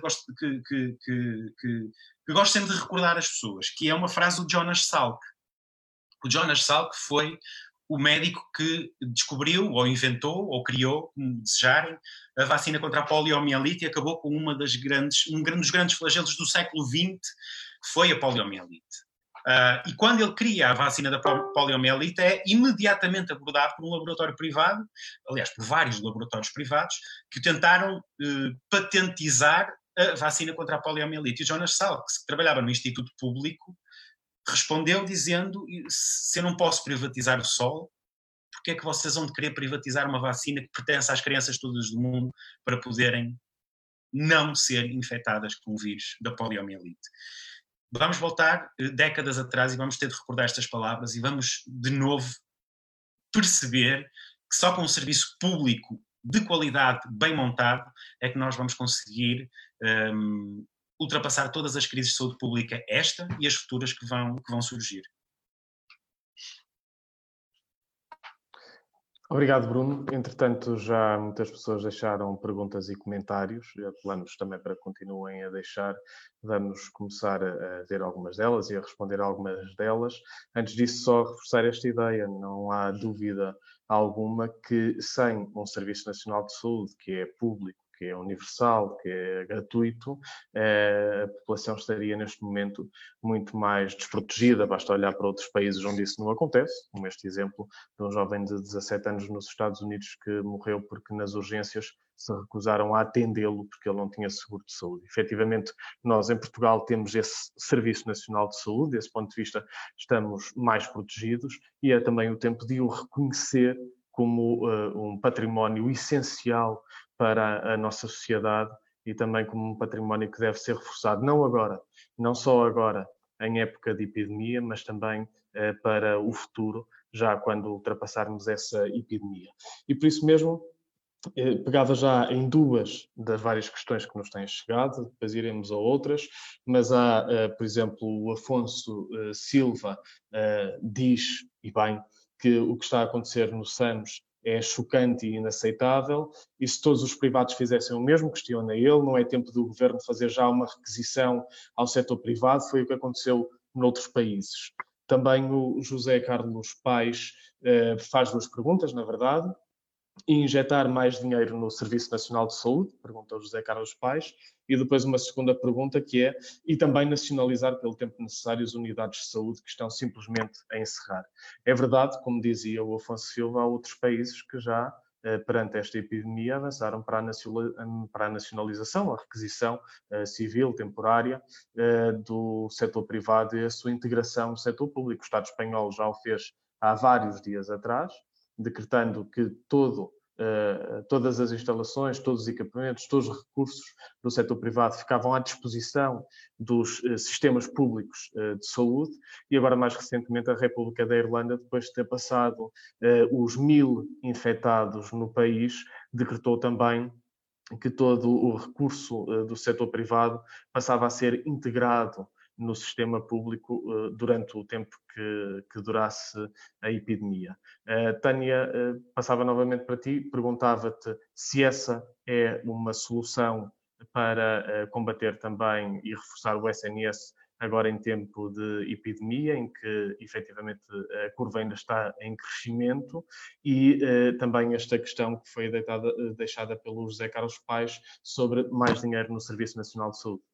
que gosto sempre de recordar às pessoas, que é uma frase do Jonas Salk. O Jonas Salk foi o médico que descobriu, ou inventou, ou criou, como desejarem, a vacina contra a poliomielite e acabou com um dos grandes flagelos do século XX, que foi a poliomielite. E quando ele cria a vacina da poliomielite, é imediatamente abordado por um laboratório privado, aliás, por vários laboratórios privados, que tentaram patentizar a vacina contra a poliomielite. E o Jonas Salk, que trabalhava no Instituto Público, respondeu dizendo: se eu não posso privatizar o sol, porque é que vocês vão de querer privatizar uma vacina que pertence às crianças todas do mundo para poderem não ser infectadas com o vírus da poliomielite? Vamos voltar décadas atrás e vamos ter de recordar estas palavras e vamos de novo perceber que só com um serviço público de qualidade, bem montado, é que nós vamos conseguir ultrapassar todas as crises de saúde pública, esta e as futuras que vão surgir. Obrigado, Bruno. Entretanto, já muitas pessoas deixaram perguntas e comentários. Apelamos também para que continuem a deixar. Vamos começar a ver algumas delas e a responder algumas delas. Antes disso, só reforçar esta ideia. Não há dúvida alguma que sem um Serviço Nacional de Saúde, que é público, que é universal, que é gratuito, a população estaria neste momento muito mais desprotegida. Basta olhar para outros países onde isso não acontece, como este exemplo de um jovem de 17 anos nos Estados Unidos que morreu porque nas urgências se recusaram a atendê-lo porque ele não tinha seguro de saúde. Efetivamente, nós em Portugal temos esse Serviço Nacional de Saúde, desse ponto de vista estamos mais protegidos e é também o tempo de o reconhecer como um património essencial para a nossa sociedade e também como um património que deve ser reforçado, não agora, não só agora, em época de epidemia, mas também para o futuro, já quando ultrapassarmos essa epidemia. E por isso mesmo, pegava já em duas das várias questões que nos têm chegado, depois iremos a outras, mas há, por exemplo, o Afonso Silva diz, e bem, que o que está a acontecer no SAMS é chocante e inaceitável, e se todos os privados fizessem o mesmo, questiona ele, não é tempo do governo fazer já uma requisição ao setor privado, foi o que aconteceu noutros países. Também o José Carlos Paes faz duas perguntas, na verdade. Injetar mais dinheiro no Serviço Nacional de Saúde, pergunta o José Carlos Paes, e depois uma segunda pergunta que é, e também nacionalizar pelo tempo necessário as unidades de saúde que estão simplesmente a encerrar. É verdade, como dizia o Afonso Silva, há outros países que já, perante esta epidemia, avançaram para a nacionalização, a requisição civil, temporária, do setor privado e a sua integração no setor público. O Estado espanhol já o fez há vários dias atrás, decretando que todas as instalações, todos os equipamentos, todos os recursos do setor privado ficavam à disposição dos sistemas públicos de saúde e agora mais recentemente a República da Irlanda, depois de ter passado os 1000 infectados no país, decretou também que todo o recurso do setor privado passava a ser integrado no sistema público durante o tempo que durasse a epidemia. Tânia, passava novamente para ti, perguntava-te se essa é uma solução para combater também e reforçar o SNS agora em tempo de epidemia, em que efetivamente a curva ainda está em crescimento, e também esta questão que foi deixada pelo José Carlos Paes sobre mais dinheiro no Serviço Nacional de Saúde.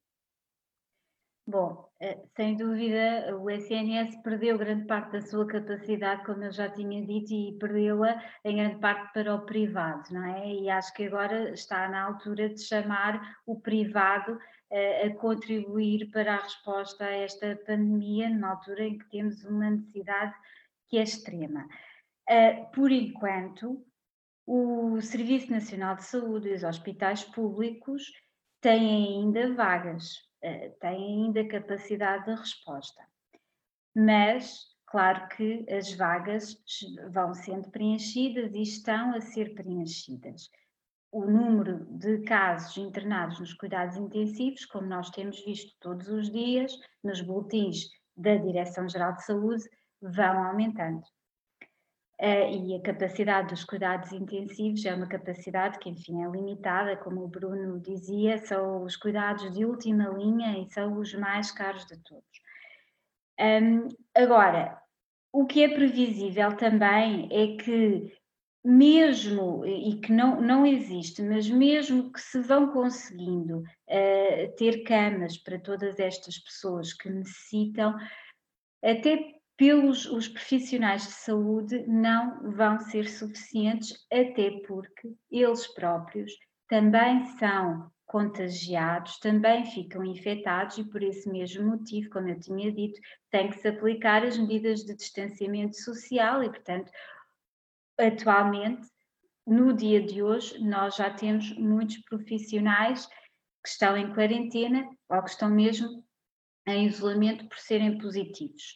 Bom, sem dúvida, o SNS perdeu grande parte da sua capacidade, como eu já tinha dito, e perdeu-a em grande parte para o privado, não é? E acho que agora está na altura de chamar o privado a contribuir para a resposta a esta pandemia, na altura em que temos uma necessidade que é extrema. Por enquanto, o Serviço Nacional de Saúde e os hospitais públicos têm ainda vagas, têm ainda capacidade de resposta. Mas, claro que as vagas vão sendo preenchidas e estão a ser preenchidas. o número de casos internados nos cuidados intensivos, como nós temos visto todos os dias, nos boletins da Direção-Geral de Saúde, vão aumentando. E a capacidade dos cuidados intensivos é uma capacidade que, enfim, é limitada, como o Bruno dizia, são os cuidados de última linha e são os mais caros de todos. Agora, o que é previsível também é que mesmo, e que não existe, mas mesmo que se vão conseguindo ter camas para todas estas pessoas que necessitam, até pelos os profissionais de saúde não vão ser suficientes, até porque eles próprios também são contagiados, também ficam infectados e por esse mesmo motivo, como eu tinha dito, tem que se aplicar as medidas de distanciamento social e, portanto, atualmente, no dia de hoje, nós já temos muitos profissionais que estão em quarentena ou que estão mesmo em isolamento por serem positivos.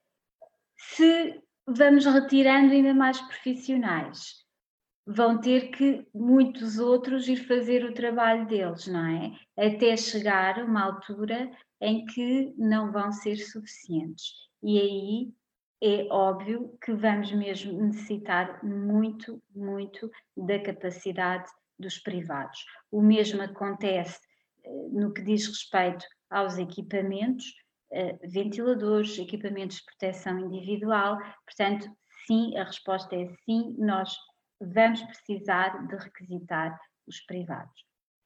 Se vamos retirando ainda mais profissionais, vão ter que muitos outros ir fazer o trabalho deles, não é? Até chegar a uma altura em que não vão ser suficientes. E aí é óbvio que vamos mesmo necessitar muito, muito da capacidade dos privados. O mesmo acontece no que diz respeito aos equipamentos, ventiladores, equipamentos de proteção individual. Portanto, sim, a resposta é sim, nós vamos precisar de requisitar os privados.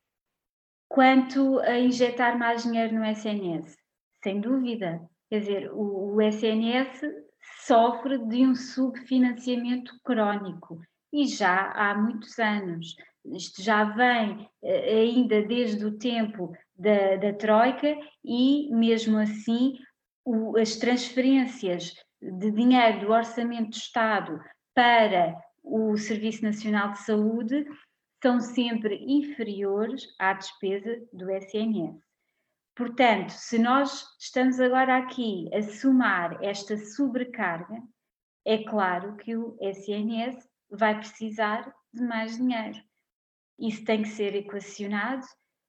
Quanto a injetar mais dinheiro no SNS, sem dúvida, quer dizer, o SNS sofre de um subfinanciamento crónico e já há muitos anos. Isto já vem ainda desde o tempo da Troika e, mesmo assim, as transferências de dinheiro do Orçamento do Estado para o Serviço Nacional de Saúde são sempre inferiores à despesa do SNS. Portanto, se nós estamos agora aqui a somar esta sobrecarga, é claro que o SNS vai precisar de mais dinheiro. Isso tem que ser equacionado,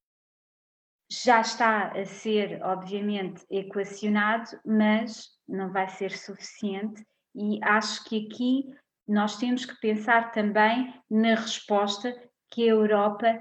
já está a ser, obviamente, equacionado, mas não vai ser suficiente e acho que aqui nós temos que pensar também na resposta que a Europa,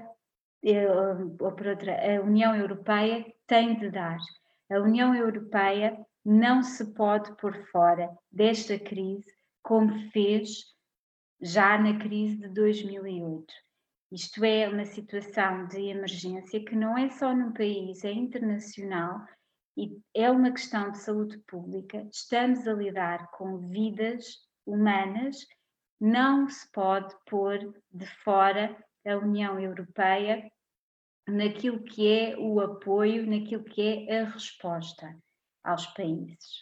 ou por outra, a União Europeia tem de dar. A União Europeia não se pode pôr fora desta crise como fez já na crise de 2008. Isto é uma situação de emergência que não é só num país, é internacional e é uma questão de saúde pública. Estamos a lidar com vidas humanas, não se pode pôr de fora a União Europeia naquilo que é o apoio, naquilo que é a resposta aos países.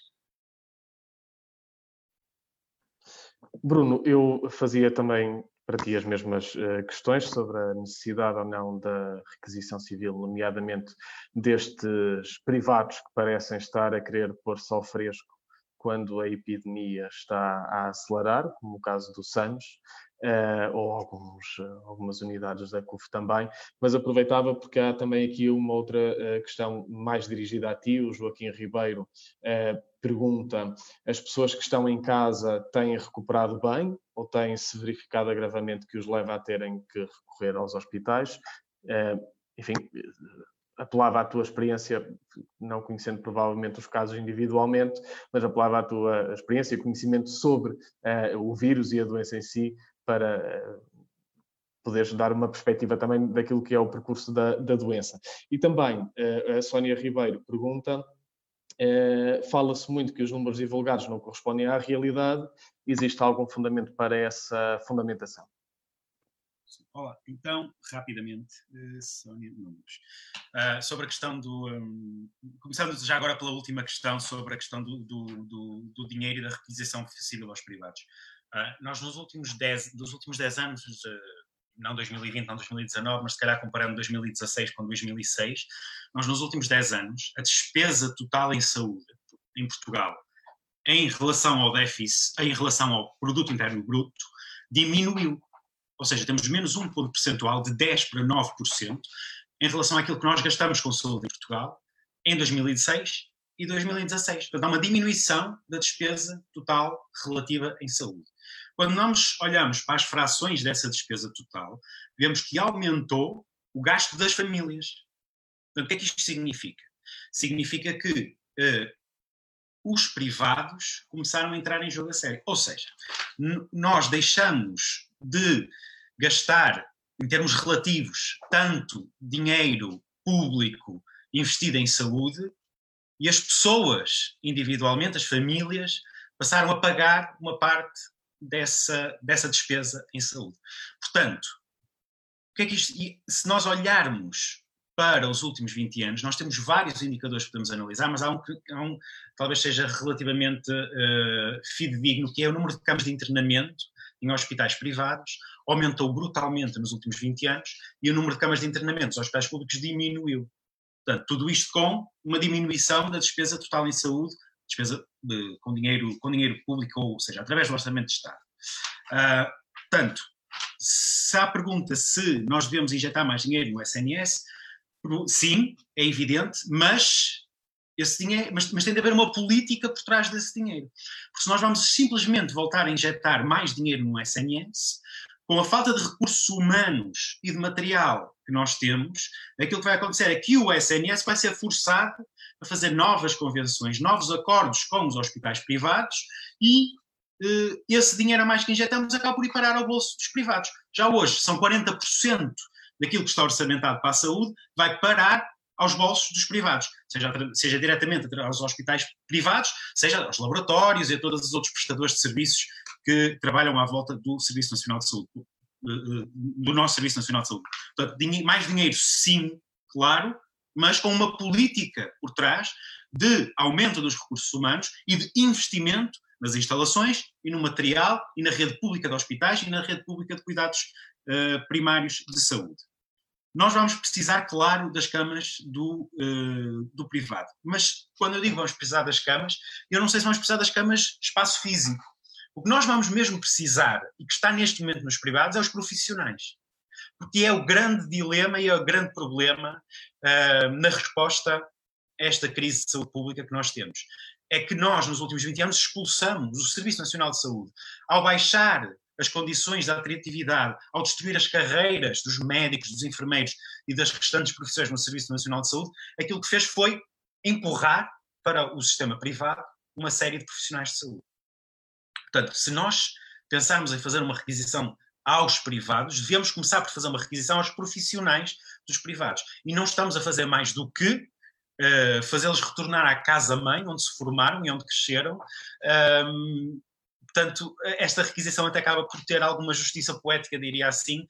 Bruno, eu fazia também para ti as mesmas questões sobre a necessidade ou não da requisição civil, nomeadamente destes privados que parecem estar a querer pôr-se ao fresco quando a epidemia está a acelerar, como o caso do SAMS, ou algumas unidades da CUF também, mas aproveitava porque há também aqui uma outra questão mais dirigida a ti, o Joaquim Ribeiro pergunta: as pessoas que estão em casa têm recuperado bem ou têm-se verificado agravamento que os leva a terem que recorrer aos hospitais? Enfim, apelava à tua experiência, não conhecendo provavelmente os casos individualmente, mas apelava à tua experiência e conhecimento sobre o vírus e a doença em si, para poderes dar uma perspectiva também daquilo que é o percurso da doença. E também a Sónia Ribeiro pergunta: fala-se muito que os números divulgados não correspondem à realidade. Existe algum fundamento para essa fundamentação? Olá, então, rapidamente, Sónia, números. Sobre a questão do... começando já agora pela última questão, sobre a questão do dinheiro e da requisição civil aos privados. Nós dos últimos 10 anos, não 2020, não 2019, mas se calhar comparando 2016 com 2006, nós nos últimos 10 anos, a despesa total em saúde em Portugal, em relação ao déficit, em relação ao produto interno bruto, diminuiu. ou seja, temos menos um ponto percentual de 10% para 9% em relação àquilo que nós gastamos com saúde em Portugal em 2016 e 2016. Portanto, há uma diminuição da despesa total relativa em saúde. Quando nós olhamos para as frações dessa despesa total, vemos que aumentou o gasto das famílias. Portanto, o que é que isto significa? Significa que os privados começaram a entrar em jogo a sério. Ou seja, nós deixamos de gastar, em termos relativos, tanto dinheiro público investido em saúde, e as pessoas, individualmente, as famílias, passaram a pagar uma parte dessa despesa em saúde. Portanto, o que é que isto, se nós olharmos para os últimos 20 anos, nós temos vários indicadores que podemos analisar, mas há um que talvez seja relativamente fidedigno, que é o número de camas de internamento em hospitais privados, aumentou brutalmente nos últimos 20 anos, e o número de camas de internamento nos hospitais públicos diminuiu. Portanto, tudo isto com uma diminuição da despesa total em saúde, despesa com dinheiro público, ou seja, através do orçamento de Estado. Portanto, se há pergunta se nós devemos injetar mais dinheiro no SNS, sim, é evidente, mas esse dinheiro, mas tem de haver uma política por trás desse dinheiro. Porque se nós vamos simplesmente voltar a injetar mais dinheiro no SNS, com a falta de recursos humanos e de material que nós temos, aquilo que vai acontecer é que o SNS vai ser forçado a fazer novas convenções, novos acordos com os hospitais privados, e esse dinheiro a mais que injetamos acaba por ir parar ao bolso dos privados. Já hoje são 40% daquilo que está orçamentado para a saúde, vai parar aos bolsos dos privados, seja diretamente aos hospitais privados, seja aos laboratórios e a todos os outros prestadores de serviços que trabalham à volta do Serviço Nacional de Saúde, do nosso Serviço Nacional de Saúde. Portanto, mais dinheiro, sim, claro, mas com uma política por trás de aumento dos recursos humanos e de investimento nas instalações e no material e na rede pública de hospitais e na rede pública de cuidados primários de saúde. Nós vamos precisar, claro, das camas do privado. Mas quando eu digo vamos precisar das camas, eu não sei se vamos precisar das camas de espaço físico. O que nós vamos mesmo precisar, e que está neste momento nos privados, é os profissionais. Porque é o grande dilema e é o grande problema na resposta a esta crise de saúde pública que nós temos. É que nós, nos últimos 20 anos, expulsamos o Serviço Nacional de Saúde. Ao baixar as condições da atratividade, ao destruir as carreiras dos médicos, dos enfermeiros e das restantes profissões no Serviço Nacional de Saúde, aquilo que fez foi empurrar para o sistema privado uma série de profissionais de saúde. Portanto, se nós pensarmos em fazer uma requisição aos privados, devemos começar por fazer uma requisição aos profissionais dos privados. E não estamos a fazer mais do que fazê-los retornar à casa-mãe, onde se formaram e onde cresceram. Portanto, esta requisição até acaba por ter alguma justiça poética, diria assim,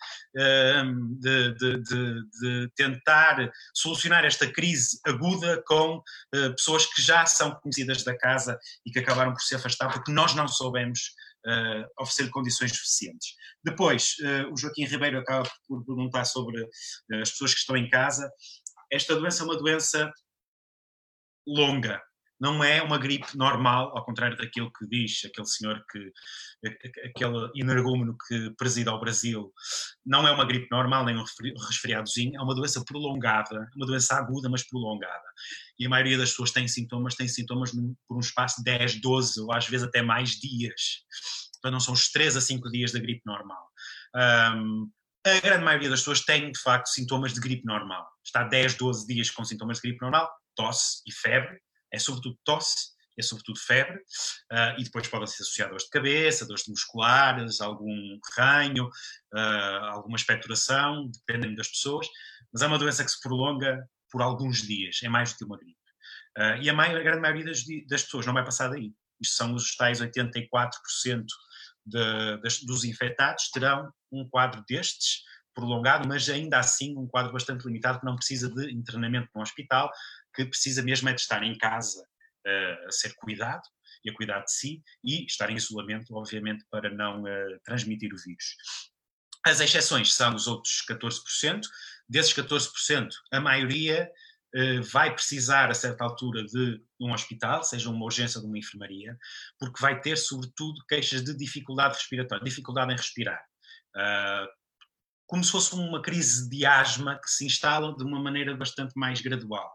de tentar solucionar esta crise aguda com pessoas que já são conhecidas da casa e que acabaram por se afastar porque nós não soubemos oferecer condições suficientes. Depois, o Joaquim Ribeiro acaba por perguntar sobre as pessoas que estão em casa. Esta doença é uma doença longa. Não é uma gripe normal, ao contrário daquilo que diz aquele senhor, aquele energúmeno que presida ao Brasil. Não é uma gripe normal, nem um resfriadozinho, é uma doença prolongada, uma doença aguda, mas prolongada. E a maioria das pessoas tem sintomas por um espaço de 10, 12 ou às vezes até mais dias. Então não são os 3 a 5 dias da gripe normal. A grande maioria das pessoas tem, de facto, sintomas de gripe normal. Está 10, 12 dias com sintomas de gripe normal, tosse e febre. É sobretudo tosse, é sobretudo febre, e depois podem ser associadas dores de cabeça, dores musculares, algum ranho, alguma expectoração, dependendo das pessoas, mas é uma doença que se prolonga por alguns dias, é mais do que uma gripe. E a grande maioria das pessoas não vai passar daí. Isto são os tais 84% dos infectados terão um quadro destes, prolongado, mas ainda assim um quadro bastante limitado que não precisa de internamento no hospital, que precisa mesmo é de estar em casa a ser cuidado e a cuidar de si e estar em isolamento, obviamente, para não transmitir o vírus. As exceções são os outros 14%. Desses 14%, a maioria vai precisar, a certa altura, de um hospital, seja uma urgência ou de uma enfermaria, porque vai ter, sobretudo, queixas de dificuldade respiratória, dificuldade em respirar. como se fosse uma crise de asma que se instala de uma maneira bastante mais gradual.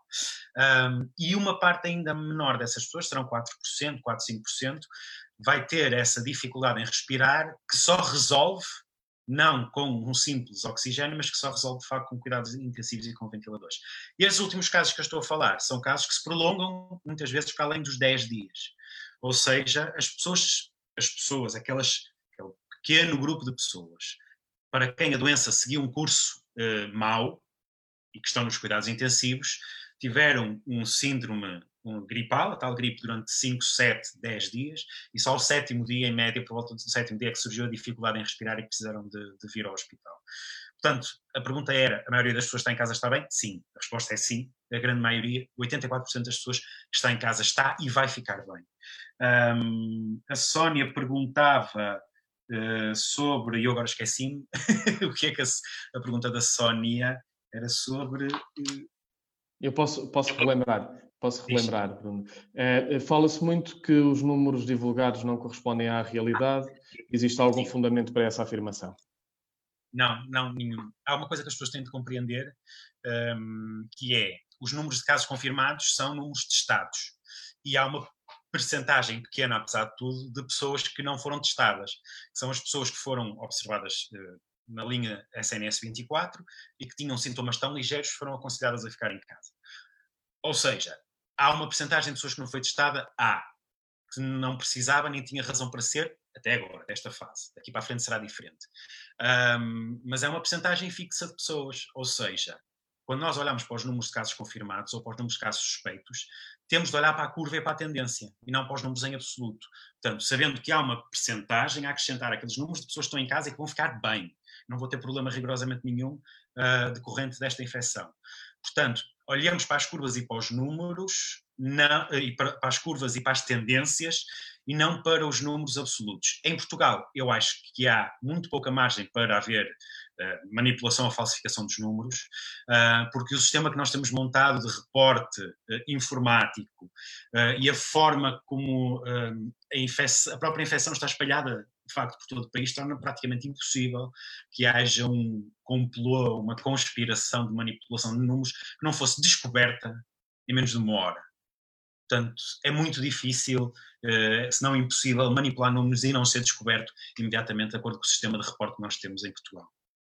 E uma parte ainda menor dessas pessoas, serão 4%, 4, 5%, vai ter essa dificuldade em respirar, que só resolve, não com um simples oxigênio, mas que só resolve de facto com cuidados intensivos e com ventiladores. E estes últimos casos que eu estou a falar são casos que se prolongam muitas vezes para além dos 10 dias. Ou seja, as pessoas, aquele pequeno grupo de pessoas para quem a doença seguiu um curso mau e que estão nos cuidados intensivos, tiveram um síndrome gripal, a tal gripe, durante 5, 7, 10 dias, e só ao 7º dia, em média, por volta do 7º dia, que surgiu a dificuldade em respirar e precisaram de vir ao hospital. Portanto, a pergunta era, a maioria das pessoas que está em casa está bem? Sim. A resposta é sim. A grande maioria, 84% das pessoas que está em casa está e vai ficar bem. A Sónia perguntava sobre, e eu agora esqueci-me, o que é que a pergunta da Sónia era sobre... Eu posso relembrar, Bruno. Fala-se muito que os números divulgados não correspondem à realidade. Existe algum fundamento para essa afirmação? Não, nenhum. Há uma coisa que as pessoas têm de compreender, que é, os números de casos confirmados são números testados. E há uma percentagem pequena, apesar de tudo, de pessoas que não foram testadas. São as pessoas que foram observadas na linha SNS 24 e que tinham sintomas tão ligeiros que foram aconselhadas a ficar em casa. Ou seja, há uma percentagem de pessoas que não foi testada, que não precisava nem tinha razão para ser, até agora, desta fase. Daqui para a frente será diferente. Mas é uma percentagem fixa de pessoas. Ou seja, quando nós olhamos para os números de casos confirmados ou para os números de casos suspeitos, temos de olhar para a curva e para a tendência, e não para os números em absoluto. Portanto, sabendo que há uma percentagem a acrescentar aqueles números de pessoas que estão em casa e que vão ficar bem. Não vou ter problema rigorosamente nenhum decorrente desta infecção. Portanto, olhamos para as curvas e para os números, e para as curvas e para as tendências, e não para os números absolutos. Em Portugal, eu acho que há muito pouca margem para haver manipulação ou falsificação dos números, porque o sistema que nós temos montado de reporte informático e a forma como a própria infecção está espalhada, de facto, por todo o país, torna praticamente impossível que haja um complô, uma conspiração de manipulação de números que não fosse descoberta em menos de uma hora. Portanto, é muito difícil, se não impossível, manipular números e não ser descoberto imediatamente de acordo com o sistema de reporte que nós temos em Portugal.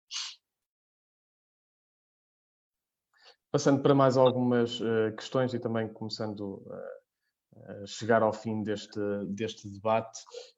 Passando para mais algumas questões e também começando a chegar ao fim deste debate,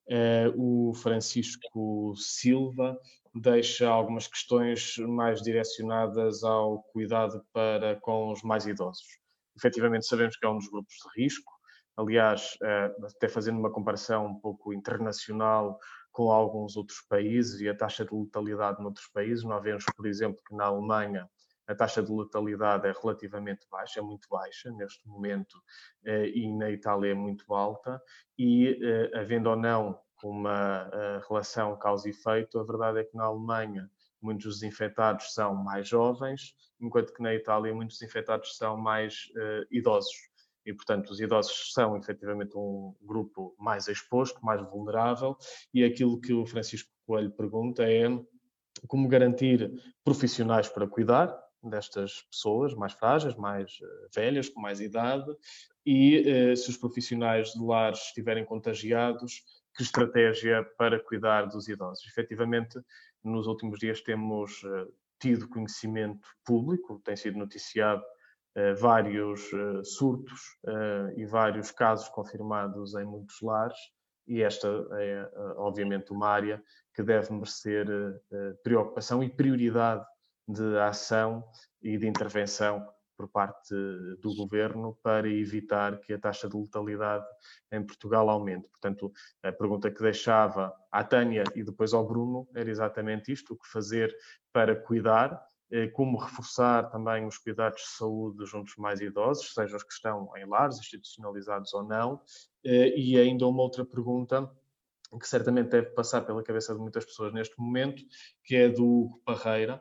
o Francisco Silva deixa algumas questões mais direcionadas ao cuidado para com os mais idosos. Efetivamente, sabemos que é um dos grupos de risco. Aliás, até fazendo uma comparação um pouco internacional com alguns outros países e a taxa de letalidade noutros países, nós vemos, por exemplo, que na Alemanha a taxa de letalidade é relativamente baixa, é muito baixa neste momento, e na Itália é muito alta, e havendo ou não uma relação causa e efeito, a verdade é que na Alemanha muitos dos infectados são mais jovens, enquanto que na Itália muitos dos infectados são mais idosos. E, portanto, os idosos são efetivamente um grupo mais exposto, mais vulnerável, e aquilo que o Francisco Coelho pergunta é como garantir profissionais para cuidar destas pessoas mais frágeis, mais velhas, com mais idade, e se os profissionais de lares estiverem contagiados, que estratégia para cuidar dos idosos. Efetivamente, nos últimos dias temos tido conhecimento público, tem sido noticiado vários surtos e vários casos confirmados em muitos lares, e esta é, obviamente, uma área que deve merecer preocupação e prioridade de ação e de intervenção por parte do governo para evitar que a taxa de letalidade em Portugal aumente. Portanto, a pergunta que deixava à Tânia e depois ao Bruno era exatamente isto: o que fazer para cuidar, como reforçar também os cuidados de saúde junto aos mais idosos, sejam os que estão em lares, institucionalizados ou não, e ainda uma outra pergunta que certamente deve passar pela cabeça de muitas pessoas neste momento, que é do Hugo Parreira,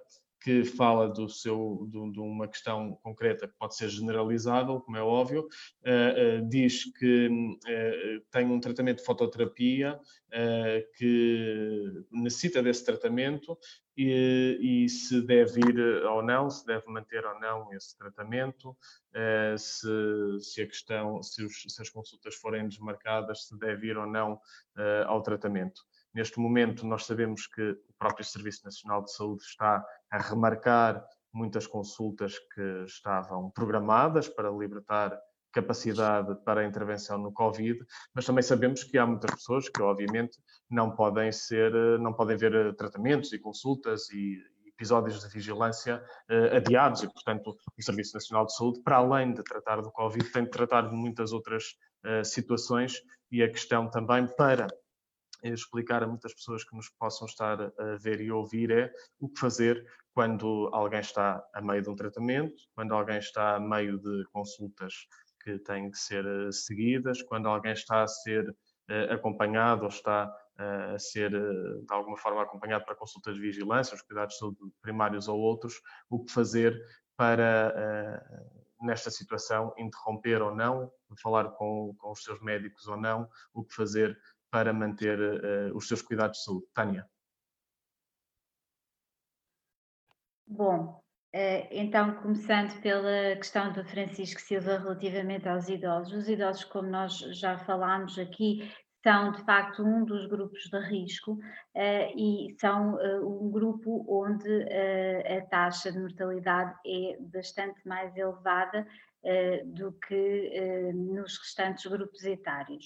que fala de uma questão concreta que pode ser generalizável, como é óbvio, diz que tem um tratamento de fototerapia que necessita desse tratamento e se deve ir ou não, se deve manter ou não esse tratamento, se as consultas forem desmarcadas, se deve ir ou não ao tratamento. Neste momento, nós sabemos que o próprio Serviço Nacional de Saúde está a remarcar muitas consultas que estavam programadas para libertar capacidade para a intervenção no Covid, mas também sabemos que há muitas pessoas que, obviamente, não podem ver tratamentos e consultas e episódios de vigilância adiados e, portanto, o Serviço Nacional de Saúde, para além de tratar do Covid, tem de tratar de muitas outras situações e a questão também para explicar a muitas pessoas que nos possam estar a ver e ouvir é o que fazer quando alguém está a meio de um tratamento, quando alguém está a meio de consultas que têm que ser seguidas, quando alguém está a ser acompanhado ou está a ser, de alguma forma, acompanhado para consultas de vigilância, os cuidados de saúde primários ou outros, o que fazer para, nesta situação, interromper ou não, falar com os seus médicos ou não, o que fazer para manter os seus cuidados de saúde. Tânia. Bom, então começando pela questão do Francisco Silva relativamente aos idosos. Os idosos, como nós já falámos aqui, são de facto um dos grupos de risco e são um grupo onde a taxa de mortalidade é bastante mais elevada do que nos restantes grupos etários.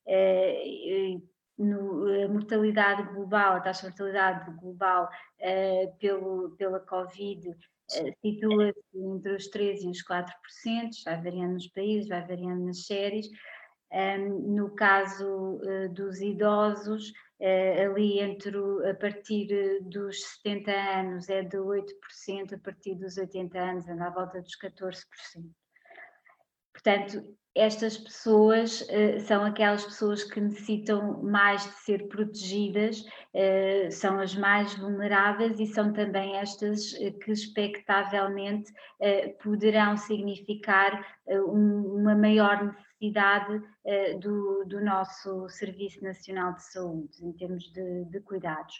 A mortalidade global, a taxa de mortalidade global pela Covid situa-se entre os 3% e os 4%, vai variando nos países, vai variando nas séries. No caso dos idosos, ali a partir dos 70 anos é de 8%, a partir dos 80 anos anda à volta dos 14%. Portanto, estas pessoas são aquelas pessoas que necessitam mais de ser protegidas, são as mais vulneráveis e são também estas que expectavelmente poderão significar uma maior necessidade do nosso Serviço Nacional de Saúde, em termos de cuidados.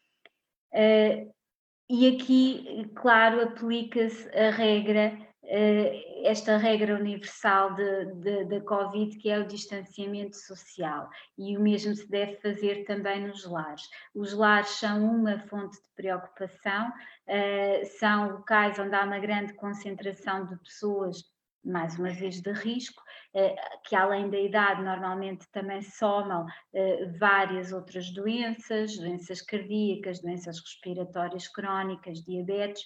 E aqui, claro, aplica-se a regra, esta regra universal da Covid, que é o distanciamento social, e o mesmo se deve fazer também nos lares. Os lares são uma fonte de preocupação, são locais onde há uma grande concentração de pessoas, mais uma vez de risco, que além da idade normalmente também somam várias outras doenças cardíacas, doenças respiratórias crónicas, diabetes,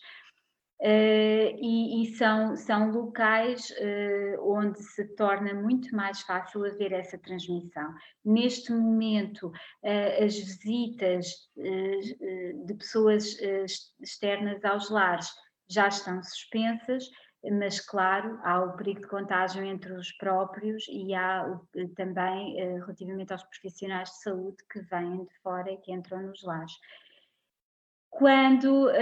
e são locais onde se torna muito mais fácil haver essa transmissão. Neste momento, as visitas de pessoas externas aos lares já estão suspensas, mas claro, há o perigo de contágio entre os próprios e há também relativamente aos profissionais de saúde que vêm de fora e que entram nos lares. Quando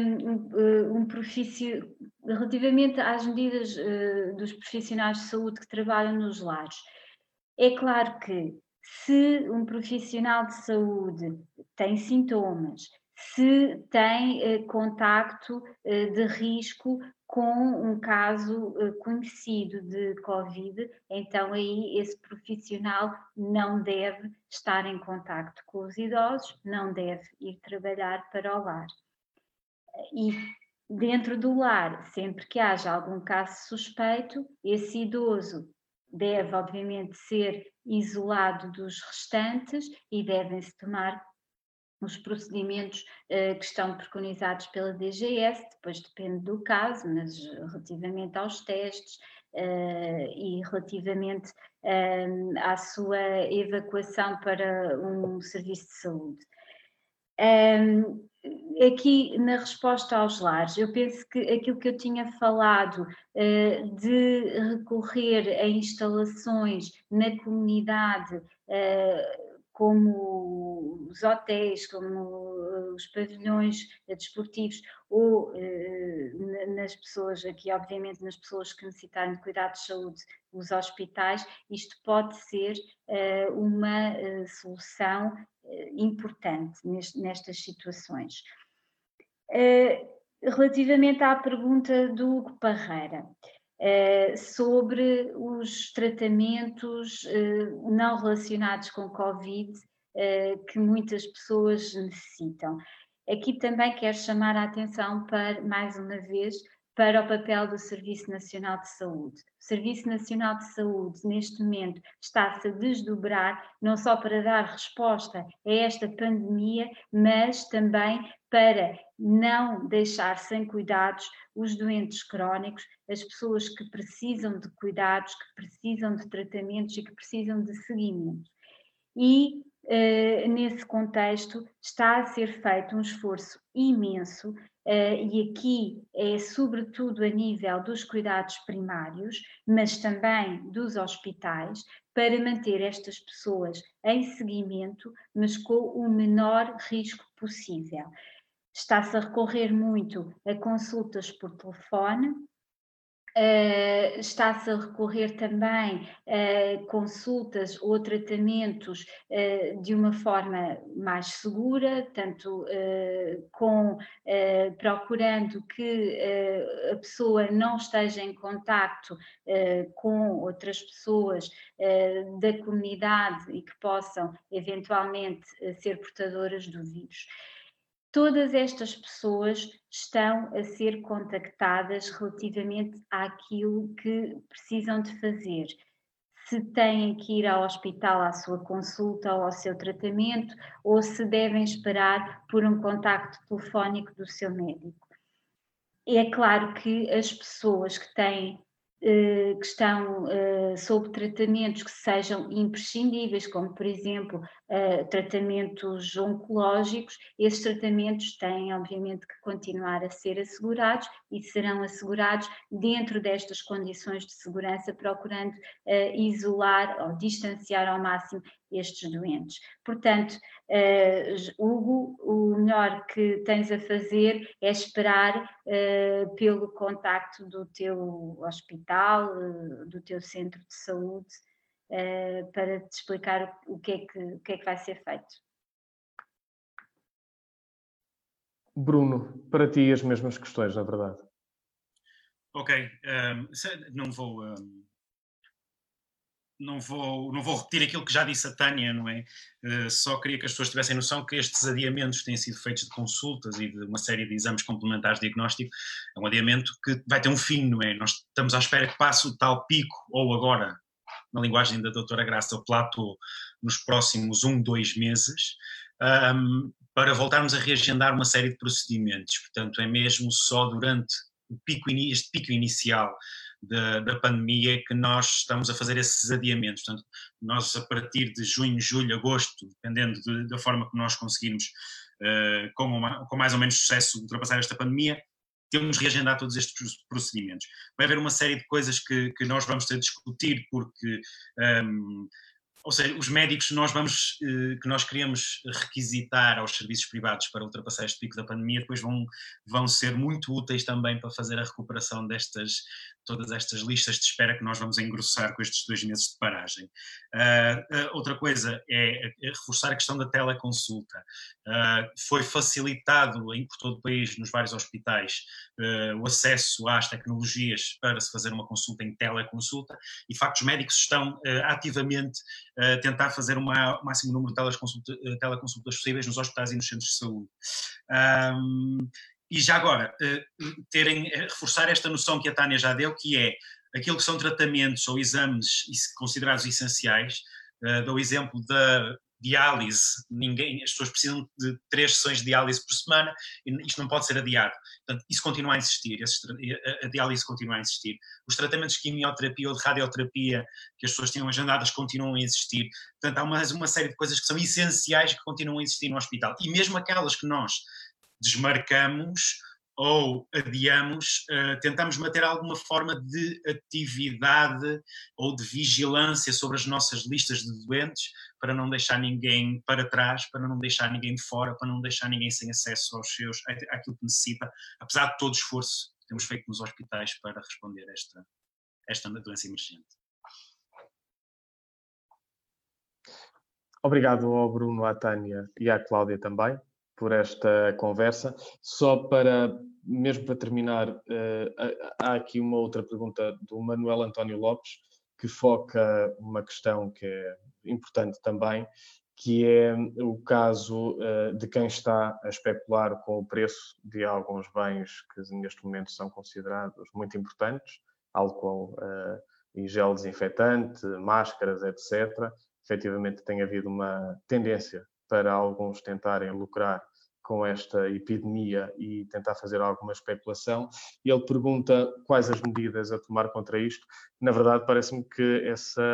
relativamente às medidas dos profissionais de saúde que trabalham nos lares, é claro que se um profissional de saúde tem sintomas, se tem contacto de risco com um caso conhecido de Covid, então aí esse profissional não deve estar em contacto com os idosos, não deve ir trabalhar para o lar. E dentro do lar, sempre que haja algum caso suspeito, esse idoso deve obviamente ser isolado dos restantes e devem-se tomar os procedimentos que estão preconizados pela DGS, depois depende do caso, mas relativamente aos testes e relativamente à sua evacuação para um serviço de saúde. Aqui na resposta aos lares, eu penso que aquilo que eu tinha falado de recorrer a instalações na comunidade como os hotéis, como os pavilhões desportivos, ou nas pessoas, aqui obviamente nas pessoas que necessitarem de cuidados de saúde, os hospitais, isto pode ser uma solução importante nestas situações. Relativamente à pergunta do Hugo Parreira, sobre os tratamentos não relacionados com Covid que muitas pessoas necessitam. Aqui também quero chamar a atenção para, mais uma vez, para o papel do Serviço Nacional de Saúde. O Serviço Nacional de Saúde, neste momento, está-se a desdobrar, não só para dar resposta a esta pandemia, mas também para não deixar sem cuidados os doentes crónicos, as pessoas que precisam de cuidados, que precisam de tratamentos e que precisam de seguimento. E, nesse contexto, está a ser feito um esforço imenso, e aqui é sobretudo a nível dos cuidados primários, mas também dos hospitais, para manter estas pessoas em seguimento, mas com o menor risco possível. Está-se a recorrer muito a consultas por telefone, está-se a recorrer também a consultas ou tratamentos de uma forma mais segura, tanto procurando que a pessoa não esteja em contacto com outras pessoas da comunidade e que possam eventualmente ser portadoras do vírus. Todas estas pessoas estão a ser contactadas relativamente àquilo que precisam de fazer. Se têm que ir ao hospital à sua consulta ou ao seu tratamento, ou se devem esperar por um contacto telefónico do seu médico. É claro que as pessoas que estão sob tratamentos que sejam imprescindíveis, como por exemplo tratamentos oncológicos, esses tratamentos têm obviamente que continuar a ser assegurados e serão assegurados dentro destas condições de segurança, procurando isolar ou distanciar ao máximo estes doentes. Portanto, Hugo, o melhor que tens a fazer é esperar pelo contacto do teu hospital, do teu centro de saúde, para te explicar o que é que vai ser feito. Bruno, para ti as mesmas questões, na verdade. Ok, não vou repetir aquilo que já disse a Tânia, não é? Só queria que as pessoas tivessem noção que estes adiamentos têm sido feitos de consultas e de uma série de exames complementares de diagnóstico. É um adiamento que vai ter um fim, não é? Nós estamos à espera que passe o tal pico, ou agora, na linguagem da doutora Graça, o platô, nos próximos 2 meses, para voltarmos a reagendar uma série de procedimentos. Portanto, é mesmo só durante este pico inicial da pandemia que nós estamos a fazer esses adiamentos. Portanto, nós a partir de junho, julho, agosto, dependendo da forma que nós conseguirmos, com mais ou menos sucesso, ultrapassar esta pandemia, temos de reagendar todos estes procedimentos. Vai haver uma série de coisas que nós vamos ter de discutir, porque ou seja, os médicos que nós queremos requisitar aos serviços privados para ultrapassar este pico da pandemia, depois vão ser muito úteis também para fazer a recuperação todas estas listas de espera que nós vamos engrossar com estes 2 meses de paragem. Outra coisa é reforçar a questão da teleconsulta. Foi facilitado por todo o país, nos vários hospitais, o acesso às tecnologias para se fazer uma consulta em teleconsulta, e de facto os médicos estão ativamente a tentar fazer o máximo número de teleconsultas possíveis nos hospitais e nos centros de saúde. E já agora, reforçar esta noção que a Tânia já deu, que é aquilo que são tratamentos ou exames considerados essenciais. Dou o exemplo da diálise. As pessoas precisam de 3 sessões de diálise por semana, e isto não pode ser adiado. Portanto, isso continua a existir, a diálise continua a existir. Os tratamentos de quimioterapia ou de radioterapia que as pessoas tinham agendadas continuam a existir. Portanto, há uma série de coisas que são essenciais que continuam a existir no hospital. E mesmo aquelas que nós desmarcamos ou adiamos, tentamos manter alguma forma de atividade ou de vigilância sobre as nossas listas de doentes, para não deixar ninguém para trás, para não deixar ninguém de fora, para não deixar ninguém sem acesso àquilo que necessita, apesar de todo o esforço que temos feito nos hospitais para responder a esta doença emergente. Obrigado ao Bruno, à Tânia e à Cláudia também por esta conversa. Só mesmo para terminar, há aqui uma outra pergunta do Manuel António Lopes, que foca uma questão que é importante também, que é o caso de quem está a especular com o preço de alguns bens que neste momento são considerados muito importantes, álcool e gel desinfetante, máscaras, etc. Efetivamente tem havido uma tendência para alguns tentarem lucrar com esta epidemia e tentar fazer alguma especulação. E ele pergunta quais as medidas a tomar contra isto. Na verdade, parece-me que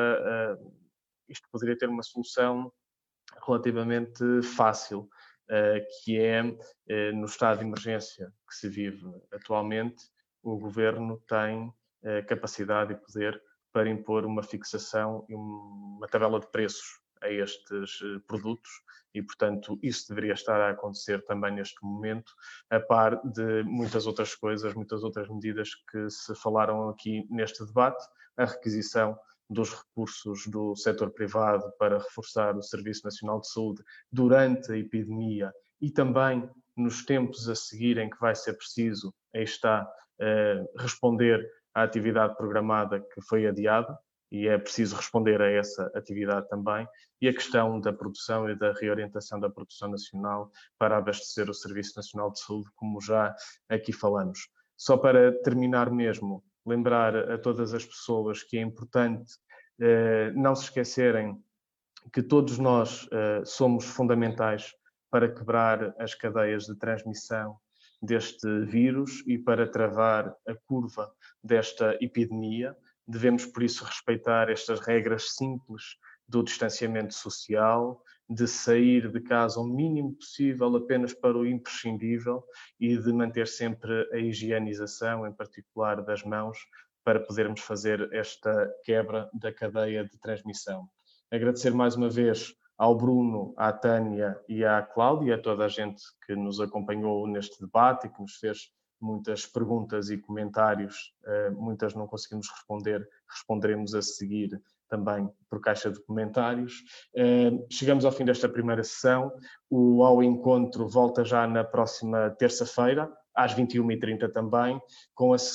isto poderia ter uma solução relativamente fácil, que é, no estado de emergência que se vive atualmente, o Governo tem capacidade e poder para impor uma fixação e uma tabela de preços a estes produtos e, portanto, isso deveria estar a acontecer também neste momento, a par de muitas outras coisas, muitas outras medidas que se falaram aqui neste debate, a requisição dos recursos do setor privado para reforçar o Serviço Nacional de Saúde durante a epidemia e também nos tempos a seguir em que vai ser preciso, aí está, responder à atividade programada que foi adiada, e é preciso responder a essa atividade também, e a questão da produção e da reorientação da produção nacional para abastecer o Serviço Nacional de Saúde, como já aqui falamos. Só para terminar mesmo, lembrar a todas as pessoas que é importante não se esquecerem que todos nós somos fundamentais para quebrar as cadeias de transmissão deste vírus e para travar a curva desta epidemia. Devemos, por isso, respeitar estas regras simples do distanciamento social, de sair de casa o mínimo possível apenas para o imprescindível e de manter sempre a higienização, em particular das mãos, para podermos fazer esta quebra da cadeia de transmissão. Agradecer mais uma vez ao Bruno, à Tânia e à Cláudia, a toda a gente que nos acompanhou neste debate e que nos fez muitas perguntas e comentários, muitas não conseguimos responder, responderemos a seguir também por caixa de comentários. Chegamos ao fim desta primeira sessão, o Ao Encontro volta já na próxima terça-feira, às 21h30 também, com a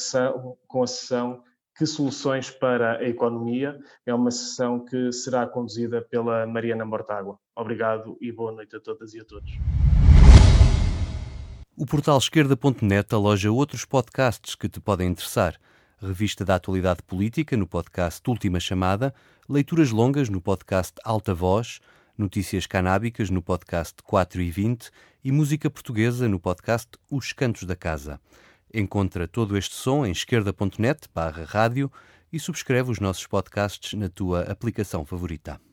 sessão Que Soluções para a Economia. É uma sessão que será conduzida pela Mariana Mortágua. Obrigado e boa noite a todas e a todos. O portal esquerda.net aloja outros podcasts que te podem interessar. Revista da atualidade política no podcast Última Chamada, leituras longas no podcast Alta Voz, notícias canábicas no podcast 4:20 e música portuguesa no podcast Os Cantos da Casa. Encontra todo este som em esquerda.net/rádio e subscreve os nossos podcasts na tua aplicação favorita.